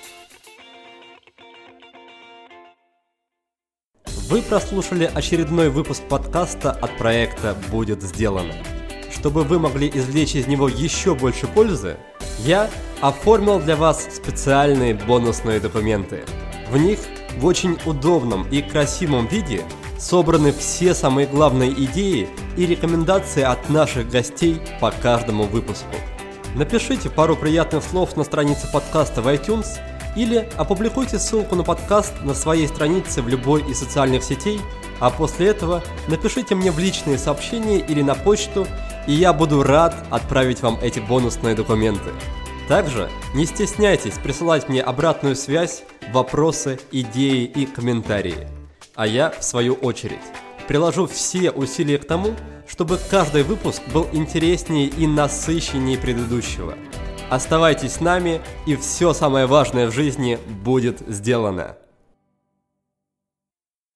Вы прослушали очередной выпуск подкаста от проекта «Будет сделано». Чтобы вы могли извлечь из него еще больше пользы, я оформил для вас специальные бонусные документы. В них в очень удобном и красивом виде собраны все самые главные идеи и рекомендации от наших гостей по каждому выпуску. Напишите пару приятных слов на странице подкаста в iTunes или опубликуйте ссылку на подкаст на своей странице в любой из социальных сетей, а после этого напишите мне в личные сообщения или на почту, и я буду рад отправить вам эти бонусные документы. Также не стесняйтесь присылать мне обратную связь, вопросы, идеи и комментарии. А я, в свою очередь, приложу все усилия к тому, чтобы каждый выпуск был интереснее и насыщеннее предыдущего. Оставайтесь с нами, и все самое важное в жизни будет сделано.